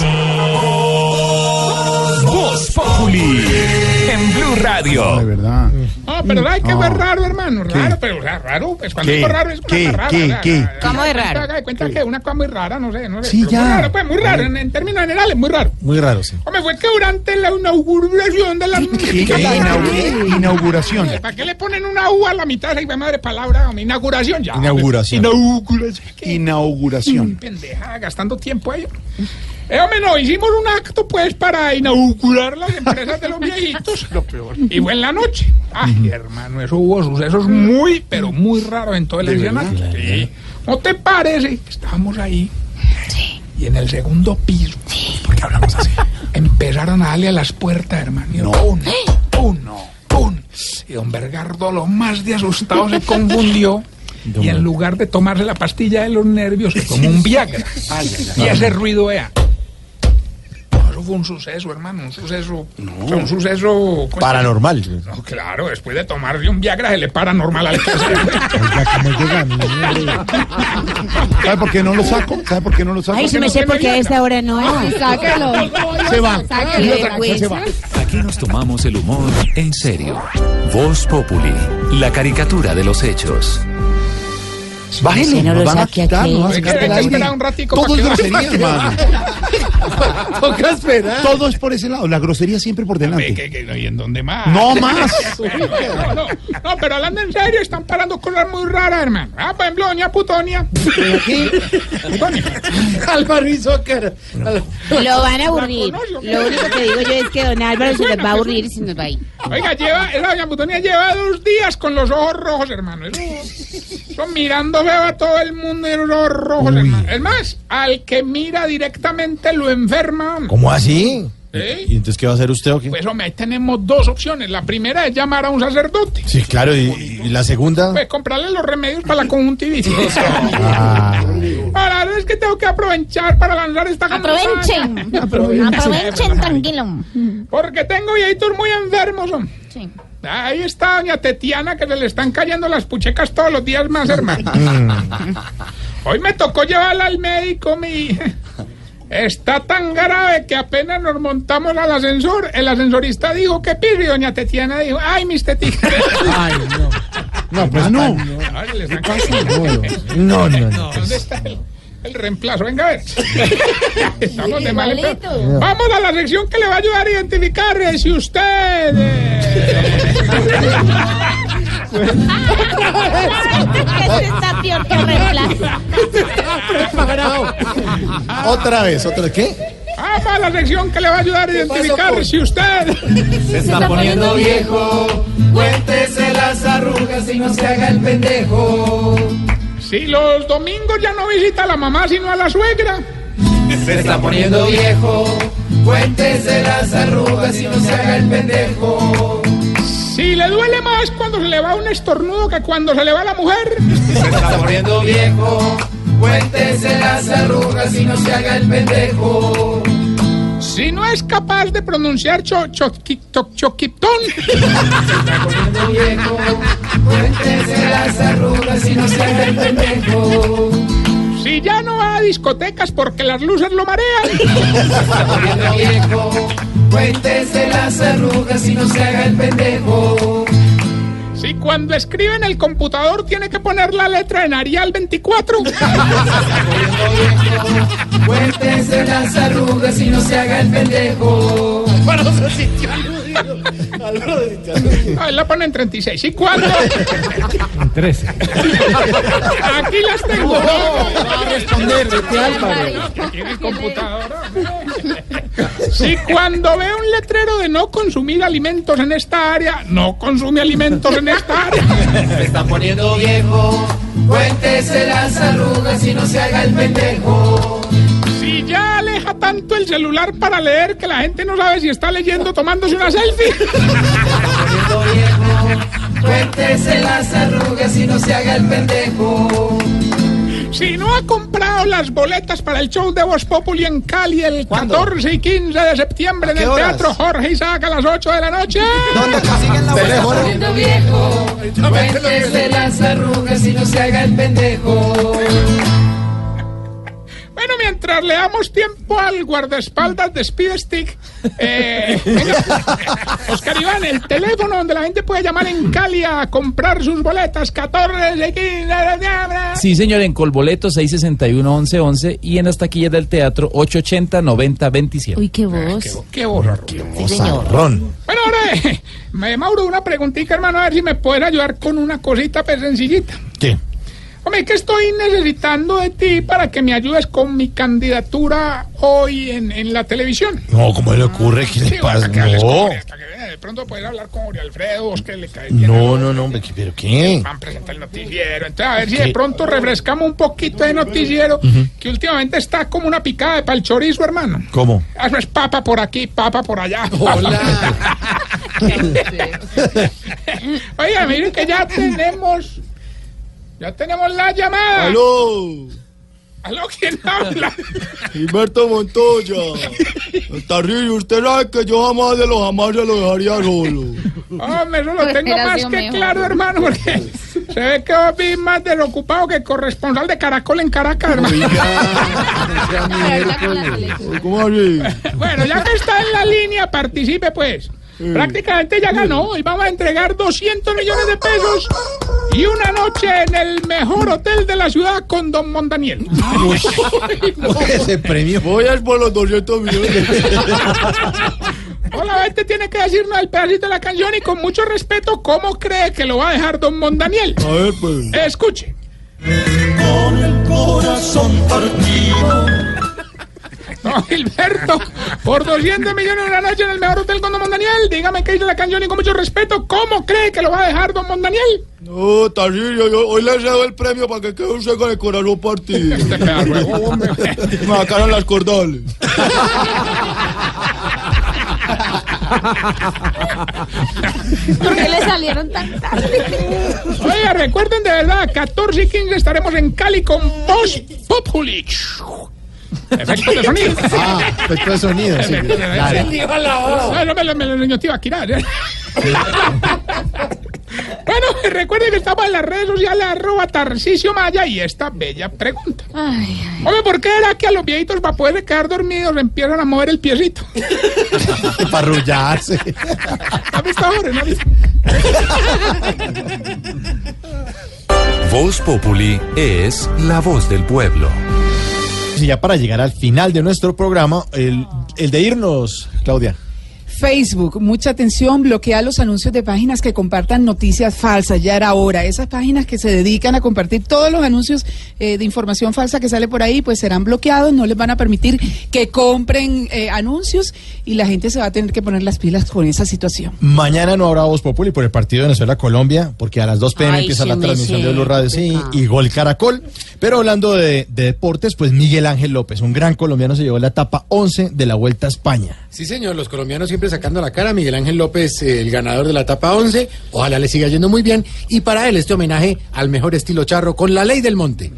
Voz Populi. En Blue Radio. De verdad. No, pero ¿sabes qué No. fue raro, hermano? Raro, pero o sea, raro, pues cuando ¿Qué? digo raro es una ¿Qué? cosa rara. ¿Qué? o sea, ¿Qué? o sea, ¿Cómo de haga raro? Haga de cuenta que es una cosa muy rara, no sé, no sé. Sí, pero ya. Muy raro, pues muy raro, en, en términos generales, muy raro. Muy raro, sí. Hombre, fue que durante la inauguración de la... ¿Qué? Inaugu- Inauguración. ¿Para qué le ponen una U a la mitad de esa madre palabra? Hombre, inauguración ya. Inauguración. Inauguración. ¿Qué? Inauguración. Pendeja, gastando tiempo ahí. Eh, hombre, no, hicimos un acto, pues, para inaugurar las empresas de los viejitos. Lo peor. Y fue en la noche. Ay, hermano, eso hubo sucesos muy, pero muy raros en todo el ancianato. Sí. ¿No te parece que estábamos ahí? Sí. Y en el segundo piso, porque hablamos así, empezaron a darle a las puertas, hermano. Y No. pum, pum, pum. Y don Bergardo, lo más de asustado, se confundió. Y en lugar de tomarse la pastilla de los nervios, se tomó un Viagra. Y ese ruido, vea. Eso fue un suceso, hermano, un suceso. Fue un suceso. Paranormal. No, claro, después de tomarle un Viagra se le paranormal al ¿Sabe por qué no lo saco? ¿Sabe por qué no lo saco? Ay, se me sé porque a esta hora no. Ay, sáquelo. Se va. Sáquelo, Se va. Aquí nos tomamos el humor en serio. Voz Populi, la caricatura de los hechos. Bájelo, no nos lo van a saque quitar, aquí. nos van a Hay que sacar del aire. esperar un ratico Todo para es que- grosería, hermano. Toca esperar. Todo es por ese lado. La grosería siempre por Ve, delante. que- que- ¿Y en dónde más? No más. No, no, no, pero hablando en serio, están parando cosas muy raras, hermano. Ah, por ejemplo, doña Putonia. Putonia. Álvaro y Zócar. Lo van a aburrir. Lo único que digo yo es que don Álvaro se les va a aburrir y se nos va a ir. Oiga, lleva, esa doña Putonia lleva dos días con los ojos rojos, hermano. Eso, eso mirando veo a todo el mundo y los ojos rojos, hermano. Es más, al que mira directamente lo enferma. ¿Cómo así? ¿Eh? ¿Y entonces qué va a hacer usted o qué? Pues hombre, ahí tenemos dos opciones. La primera es llamar a un sacerdote. Sí, claro, y, y la segunda. Pues comprarle los remedios para la conjuntivitis. Ah, Ahora, la verdad es que tengo que aprovechar para lanzar esta Aprovechen. campaña. Aprovechen, tranquilo. Porque tengo viejitos muy enfermos, hombre. Sí. Ahí está doña Tetiana, que se le están cayendo las puchecas todos los días más, hermano. Hoy me tocó llevarla al médico, mi... Está tan grave que apenas nos montamos al ascensor, el ascensorista dijo que piso y doña Tetiana dijo, ay, mis teticas. ay, no. No, pues no. Ahora le están cayendo. No, no, no. ¿Dónde está el, el reemplazo? Venga a ver. Estamos de mal en peor. Igualito. Vamos a la sección que le va a ayudar a identificar eh, si usted... eh, Este está peor que el reemplazo. Otra vez, otra vez. ¿Qué? Vamos a la sección que le va a ayudar a identificar si usted... Se está poniendo viejo, cuéntese las arrugas y no se haga el pendejo. Si los domingos ya no visita a la mamá sino a la suegra. Se está poniendo viejo, cuéntese las arrugas y no se haga el pendejo. Si le duele más cuando se le va un estornudo que cuando se le va la mujer. Se está poniendo viejo, cuéntese las arrugas y no se haga el pendejo. Si no es capaz de pronunciar cho, cho, qui- to- choquiptón. Se está poniendo viejo, cuéntese las arrugas y no se haga el pendejo. Si ya no va a discotecas porque las luces lo marean. Se está poniendo viejo, cuéntese las arrugas y no se haga el pendejo. Si cuando escribe en el computador tiene que poner la letra en Arial veinticuatro. Se está poniendo viejo, cuéntese las arrugas y no se haga el pendejo. Álvaro se sintió aludido. Álvaro se sintió aludido. No, él la pone en treinta y seis. ¿Y cuándo? En trece. Aquí las tengo. Va a responder, vete, Álvaro. Aquí en el computador. Si cuando ve un letrero de no consumir alimentos en esta área, no consume alimentos en esta área. Se está poniendo viejo, cuéntese las arrugas y no se haga el pendejo. Si ya aleja tanto el celular para leer que la gente no sabe si está leyendo tomándose una selfie. Se está poniendo viejo, cuéntese las arrugas y no se haga el pendejo. Si no ha comprado las boletas para el show de Voz Populi en Cali el catorce y quince de septiembre en el Teatro Jorge Isaac a las ocho de la noche. ¿Dónde consiguen la Se está boleta? poniendo viejo, cuéntese las arrugas y no se haga el pendejo. Bueno, mientras le damos tiempo al guardaespaldas de Speed Stick, eh, venga, Oscar Iván, el teléfono donde la gente puede llamar en Cali a comprar sus boletas, catorce y quince de septiembre. Sí, señor, en Colboleto seis sesenta y uno, once once y en las taquillas del teatro ocho ochenta, noventa, veintisiete. Uy, qué voz. Qué, qué borrón. Sí, señor. Ron. Bueno, ahora, eh, me- Mauro, una preguntita, hermano, a ver si me puedes ayudar con una cosita pues, sencillita. ¿Qué? Hombre, que estoy necesitando de ti para que me ayudes con mi candidatura hoy en, en la televisión. No, ¿cómo le ocurre? ¿Qué le Sí, pasa? para que hables con No. Jorge, hasta que venga, de pronto puedes hablar con Jorge Alfredo, vos que le cae bien. No, no, no, hombre, ¿qué- ¿pero qué? Van a presentar el noticiero. Entonces, a ver si ¿Qué? de pronto refrescamos un poquito de noticiero, que últimamente está como una picada de pal chorizo, hermano. ¿Cómo? Eso es papa por aquí, papa por allá. Hola. Oiga, miren que ya tenemos. Ya tenemos la llamada. ¡Aló! ¿Aló? ¿Quién habla? Gilberto Montoya. Tarrillo, usted sabe que yo jamás de los jamás se lo dejaría solo. Hombre, eso lo tengo más que mejor. Claro, hermano, porque se ve que vos vivís más desocupado que corresponsal de Caracol en Caracas, hermano. ¿Cómo así? Bueno, ya que está en la línea, participe, pues. Sí. Prácticamente ya ganó y vamos a entregar doscientos millones de pesos y una noche en el mejor hotel de la ciudad con don Mondaniel. Ese premio. Voy a ir por los doscientos millones. Hola, este tiene que decirnos el pedacito de la canción y con mucho respeto, ¿cómo cree que lo va a dejar don Mondaniel? A ver, pues. Escuche. Con el corazón partido. No, Gilberto, por doscientos millones de una noche en el mejor hotel con don Mondaniel, dígame qué dice la canción y con mucho respeto, ¿cómo cree que lo va a dejar don Mondaniel? No, Tarrillo, yo hoy le cedo el premio para que quede usted con el corazón partido. Este pedazo, hombre. Me sacaron las cordales. ¿Por qué le salieron tan tarde? Oiga, recuerden de verdad, catorce y quince estaremos en Cali con Voz Populi. Efecto de sonido. Ah, efecto de sonido, sí. Claro. No, no me lo, me lo enseñó tío a Kirar. Bueno, recuerden que estamos en las redes sociales, arroba Tarcisio Maya, y esta bella pregunta. Ay, ay. Hombre, ¿por qué era que a los viejitos para poder quedar dormidos empiezan a mover el piecito? Para arrullarse. ¿Has visto ahora? ¿No has visto? Voz Populi es la voz del pueblo. Y ya para llegar al final de nuestro programa, el, el de irnos, Claudia. Facebook, mucha atención, bloquea los anuncios de páginas que compartan noticias falsas, ya era hora. Esas páginas que se dedican a compartir todos los anuncios eh, de información falsa que sale por ahí, pues serán bloqueados, no les van a permitir que compren eh, anuncios y la gente se va a tener que poner las pilas con esa situación. Mañana no habrá Voz Populi por el partido de Venezuela-Colombia, porque a las dos pe eme empieza la transmisión de Blue Radio, sí, y Gol Caracol. Pero hablando de, de deportes, pues Miguel Ángel López, un gran colombiano, se llevó la etapa once de la Vuelta a España. Sí, señor, los colombianos siempre sacando la cara. Miguel Ángel López, eh, el ganador de la etapa once, ojalá le siga yendo muy bien, y para él este homenaje al mejor estilo charro con La Ley del Monte.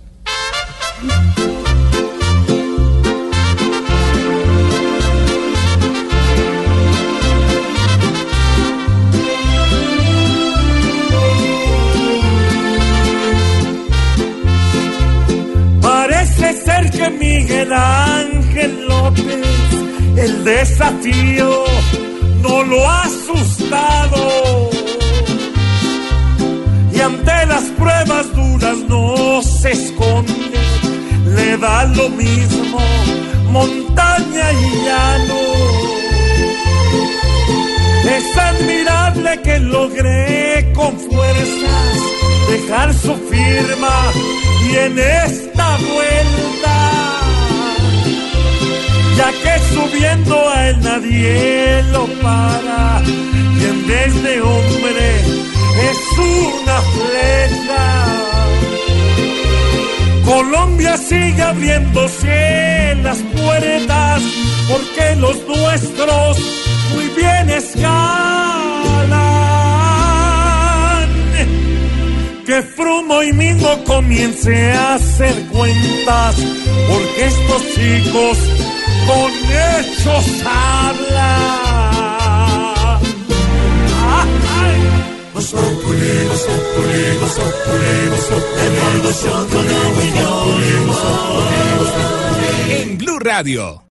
Parece ser que Miguel Ángel López el desafío no lo ha asustado, y ante las pruebas duras no se esconde, le da lo mismo montaña y llano. Es admirable que logre con fuerzas dejar su firma, y en esta vuelta, ya que subiendo a él nadie lo para, y en vez de hombre es una flecha. Colombia sigue abriéndose las puertas, porque los nuestros muy bien escalan. Que Frumo hoy mismo comience a hacer cuentas, porque estos chicos con hechos hablan. Voz Populi, Voz Populi, Voz Populi, Voz Populi, Voz Populi, Voz Populi, Voz Populi, Voz Populi. En Blue Radio.